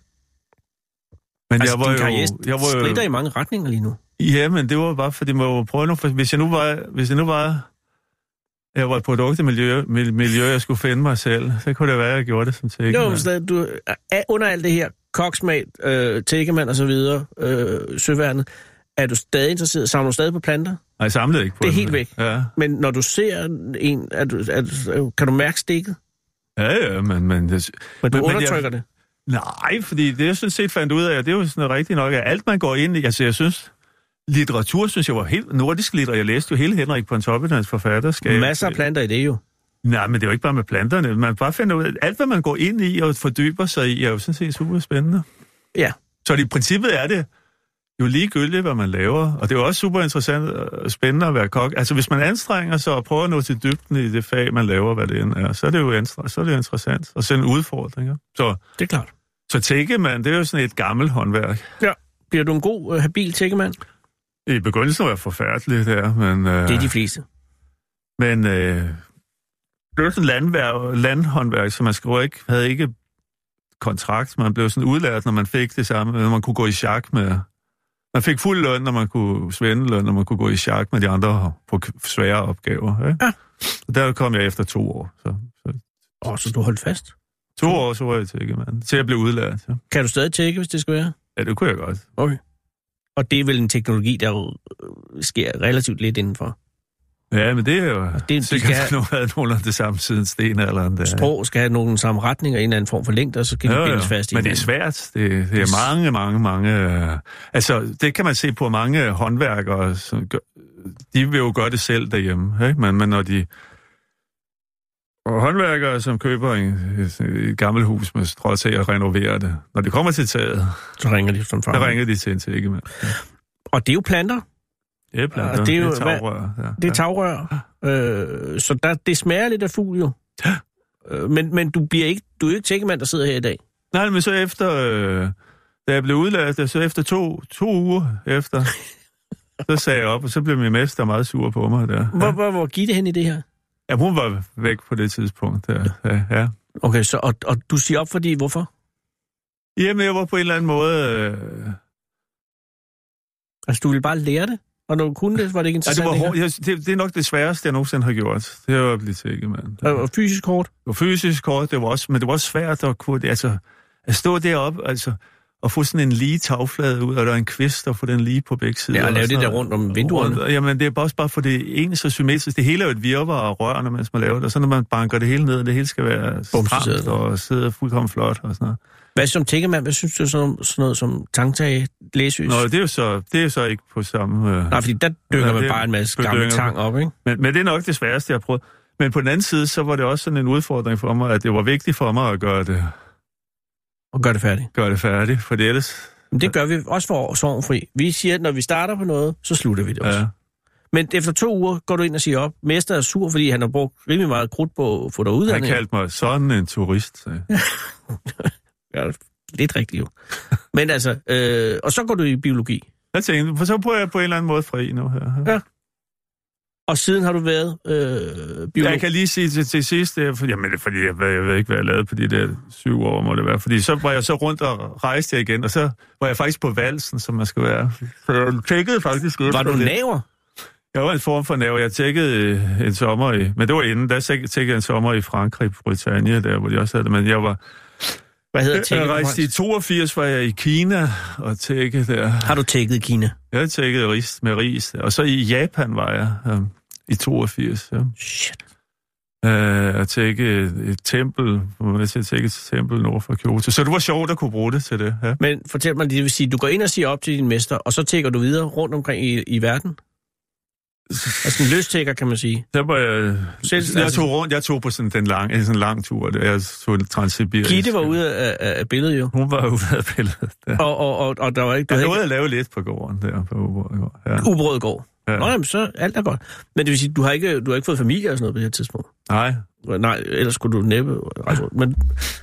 Men altså, jeg var jo splitter i mange retninger lige nu. Ja, men det var bare, fordi man må prøve nu. Hvis jeg nu var et produkt i miljø, jeg skulle finde mig selv, så kunne det være, at jeg gjorde det som tækkemand. Jo, du under alt det her, koksmat, tækkemand og så videre, søværnet, er du stadig interesseret? Samler du stadig på planter? Nej, jeg samlede ikke på det. Det er helt væk. Ja. Men når du ser en, kan du mærke stikket? Ja, men du undertrykker det? Nej, fordi det jeg sådan set fandt ud af, og det er jo sådan rigtigt nok, at alt man går ind i, altså jeg synes, litteratur synes jeg var helt nordisk litteratur. Jeg læste jo hele Henrik Pontoppidans forfatterskab. Masser af planter i det jo. Nej, men det er jo ikke bare med planterne. Man bare finder ud af, alt hvad man går ind i og fordyber sig i, er jo sådan set super spændende. Ja. Så i princippet er det jo ligegyldigt, hvad man laver, og det er jo også super interessant og spændende at være kok. Altså hvis man anstrenger sig og prøver at nå til dybden i det fag, man laver, hvad det end er, så er det jo interessant og sende udfordringer. Så det er klart. Så tækkemand, det er jo sådan et gammelt håndværk. Ja. Bliver du en god, habil tækkemand? I begyndelsen var jeg forfærdelig der, men... det er de fleste. Men det var sådan landhåndværk, så man havde ikke kontrakt. Man blev sådan udlært, når man fik det samme, når man kunne gå i sjakk med... Man fik fuld løn, når man kunne svendeløn, når man kunne gå i sjakk med de andre på svære opgaver. Ikke? Ja. Og der kom jeg efter 2 år. Så du holdt fast? 2 år, så var jeg tækkemand. Til at blive udlært. Ja. Kan du stadig tække, hvis det skal være? Ja, det kunne jeg godt. Okay. Og det er vel en teknologi, der jo sker relativt lidt indenfor? Ja, men det er jo sikkert nogle af det samme siden stenalderen. Der. Sprog skal have nogle samme retninger, en eller anden form for længde, og så kan de bindes fast i. Men det er svært. Det er mange... Altså, det kan man se på mange håndværkere. De vil jo gøre det selv derhjemme. Ikke? Men når de... Og håndværkere, som køber et gammelt hus med stråtag og renoverer det, når det kommer til taget... Så ringer de som far. Så ringer de til en tækkemand. Ja. Og det er jo planter. Det er planter. Det er tagrør. Det er tagrør. Så det smager lidt af fugl jo. Men du er ikke tækkemand, der sidder her i dag. Nej, men så efter, da jeg blev udlært, så efter to uger efter, så sagde jeg op, og så blev min mester meget sur på mig der. Hvor gik det hen i det her? Ja, hun var væk på det tidspunkt. Ja. Okay, så, og du siger op, fordi hvorfor? Jamen, jeg var på en eller anden måde... Altså, du ville bare lære det? Og når du kunne det, var det ikke interessant? Ja, det var hårdt. Det er nok det sværeste, jeg nogensinde har gjort. Det var at blive tækket, mand. Og fysisk hårdt? Det var fysisk hårdt, men det var også svært at kunne... Altså, at stå deroppe, altså... Og få sådan en lige tagflade ud, og der er en kvist, og få den lige på begge sider. Ja, og lave det der rundt om vinduerne. Jamen, det er også bare for det ene så symmetrisk. Det hele er jo et virvar og rør, når man laver det. Og så når man banker det hele ned, og det hele skal være stramt og sidde fuldkommen flot og sådan noget. Hvad som tækkemand? Hvad synes du sådan noget som tangtage, læsøs? Nå, det er jo så ikke på samme... Nej, fordi der dynger man bare en masse gamle tang op, ikke? Men det er nok det sværeste, jeg har prøvet. Men på den anden side, så var det også sådan en udfordring for mig, at det var vigtigt for mig at gøre det... Og gør det færdigt. Gør det færdigt, for det ellers... Men det gør vi også for sorgenfri. Vi siger, at når vi starter på noget, så slutter vi det også. Ja. Men efter 2 uger går du ind og siger op, mester er sur, fordi han har brugt rimelig meget krudt på at få dig uddannet. Han kaldte mig sådan en turist. Ja, lidt rigtigt jo. Men altså, og så går du i biologi. Jeg tænkte, for så prøver jeg på en eller anden måde fri nu her. Ja. Og siden har du været biolog? Jeg kan lige sige til sidst, fordi jeg ved ikke, hvad jeg lavede på de der 7 år, må det være. Fordi så var jeg så rundt og rejste jeg igen, og så var jeg faktisk på valsen, som man skal være. Så jeg tjekkede faktisk... Var du naver? Jeg var en form for naver. Jeg tjekkede en sommer i... Men det var inden, der tjekkede jeg en sommer i Frankrig, Britannia, der hvor de også havde det. Men jeg var... Hvad hedder tjekke? Jeg rejste i 82, var jeg i Kina og tjekkede der. Har du tjekket i Kina? Jeg tjekkede med ris. Og så i Japan var jeg i 82. Ja. Shit. Og tjekke et tempel, hvor man skal tjekke et tempel nord for Kyoto. Så det var sjovt at kunne bruge det til det. Ja. Men fortæl mig, det vil sige, du går ind og siger op til din mester, og så tjekker du videre rundt omkring i verden? Altså en løstækker, kan man sige. Der var jeg tog på sådan en lang tur. Jeg tog Transsibirien. Gitte var ude af billedet jo. Hun var ude af billedet. Ja. Og der var ikke... Jeg nåede at lave lidt på gården der, på Ubrødgård. Ja. Ubrødgård. Ja. Nå, jamen, så alt er godt. Men det vil sige, du har ikke fået familie og sådan noget på det her tidspunkt? Nej, ellers skulle du næppe... Men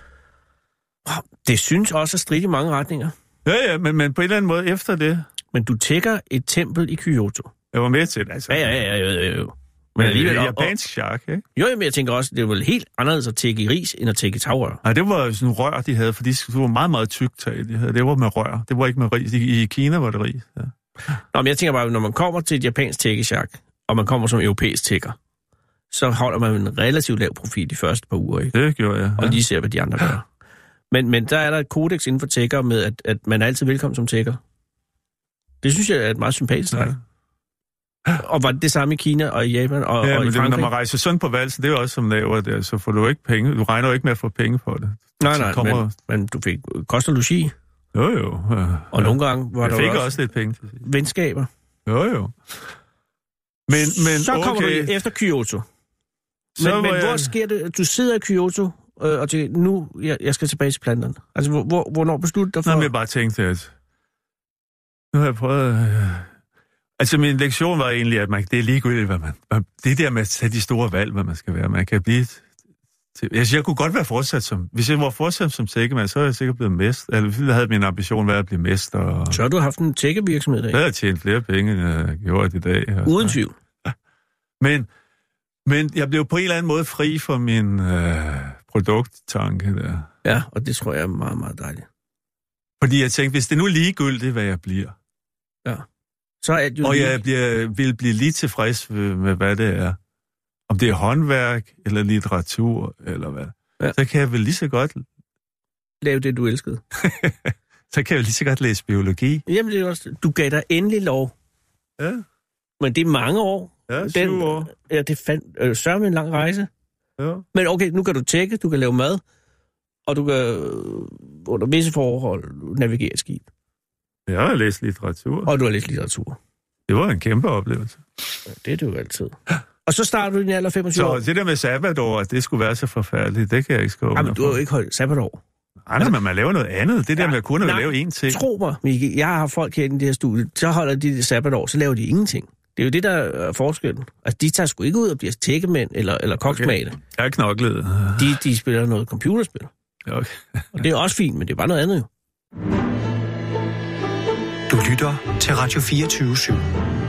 det synes også at stride i mange retninger. Ja, men på en eller anden måde efter det... Men du tækker et tempel i Kyoto. Jeg var med til det, altså. Ja. Men alligevel... Japansk shark, ikke? Jo, men jeg tænker også, det er vel helt anderledes at tække i ris, end at tække i tagrør. Nej, det var sådan rør, de havde, for det var meget, meget tykt tag, de havde. Det var med rør. Det var ikke med ris. I Kina var det ris, ja. Nå, men jeg tænker bare, når man kommer til et japansk tækkeshark, og man kommer som europæisk tækker, så holder man en relativt lav profil de første par uger, ikke? Det gjorde jeg, ja. Og lige ser, hvad de andre gør. Men der er der et kodex inden for tækker med, at man er altid velkommen som tækker. Det synes jeg er et meget sympatisk træk. Ja. Og var det samme i Kina og i Japan og i Frankrig? Når man rejser sådan på valsen, det er jo også som naver der, så får du ikke penge. Du regner jo ikke med at få penge for det. Nej, men du fik kost og logi. Jo. Og nogle gange var der fik også lidt penge. Venskaber. Jo. Men så kommer du efter Kyoto. Men hvor sker det? Du sidder i Kyoto og tænker, nu jeg skal tilbage til planterne. Altså, hvornår besluttede du for... Nå, jeg bare tænkte, at nu har jeg prøvet... Altså, min lektion var egentlig, at det er ligegyldigt, hvad man... Det der med at tage de store valg, hvad man skal være. Man kan blive... Jeg kunne godt være fortsat som... Hvis jeg var fortsat som tækkemand, så er jeg sikkert blevet mester. Eller havde min ambition været at blive mester. Og... Så har du haft en tækkevirksomhed i dag? Jeg har tjent flere penge, end jeg gjorde i dag. Uden tvivl. Ja. Men jeg blev på en eller anden måde fri for min produkttanke der. Ja, og det tror jeg er meget, meget dejligt. Fordi jeg tænkte, hvis det nu er ligegyldigt, hvad jeg bliver... Ja. Så er det jo og jeg vil blive lige tilfreds med, hvad det er. Om det er håndværk, eller litteratur, eller hvad. Ja. Så kan jeg vel lige så godt... lave det, du elskede. Så kan jeg vel lige så godt læse biologi. Jamen, det er også... Du gav dig endelig lov. Ja. Men det er mange år. Ja, 7 år. Ja, det sørger med en lang rejse. Ja. Men okay, nu kan du tjekke, du kan lave mad, og du kan under visse forhold navigere et skib. Jeg har læst litteratur. Og du har læst litteratur. Det var en kæmpe oplevelse. Ja, det er det jo altid. Og så starter du i din alder 25 år. Så det der med sabbatår, at det skulle være så forfærdeligt, det kan jeg ikke skrive. Jamen, du har jo ikke holdt sabbatår. Nej, men man laver noget andet. Det der med at kunne lave én ting. Tro mig, Mikkel, jeg har folk her i det her studie, så holder de sabbatår, så laver de ingenting. Det er jo det, der er forskellen. Altså, de tager sgu ikke ud og bliver tækkemænd eller koksmagere. Okay. Jeg er knoklet. De spiller noget computerspil. Okay. Og det er også fint, men det er bare noget andet jo. Du lytter til Radio 24/7.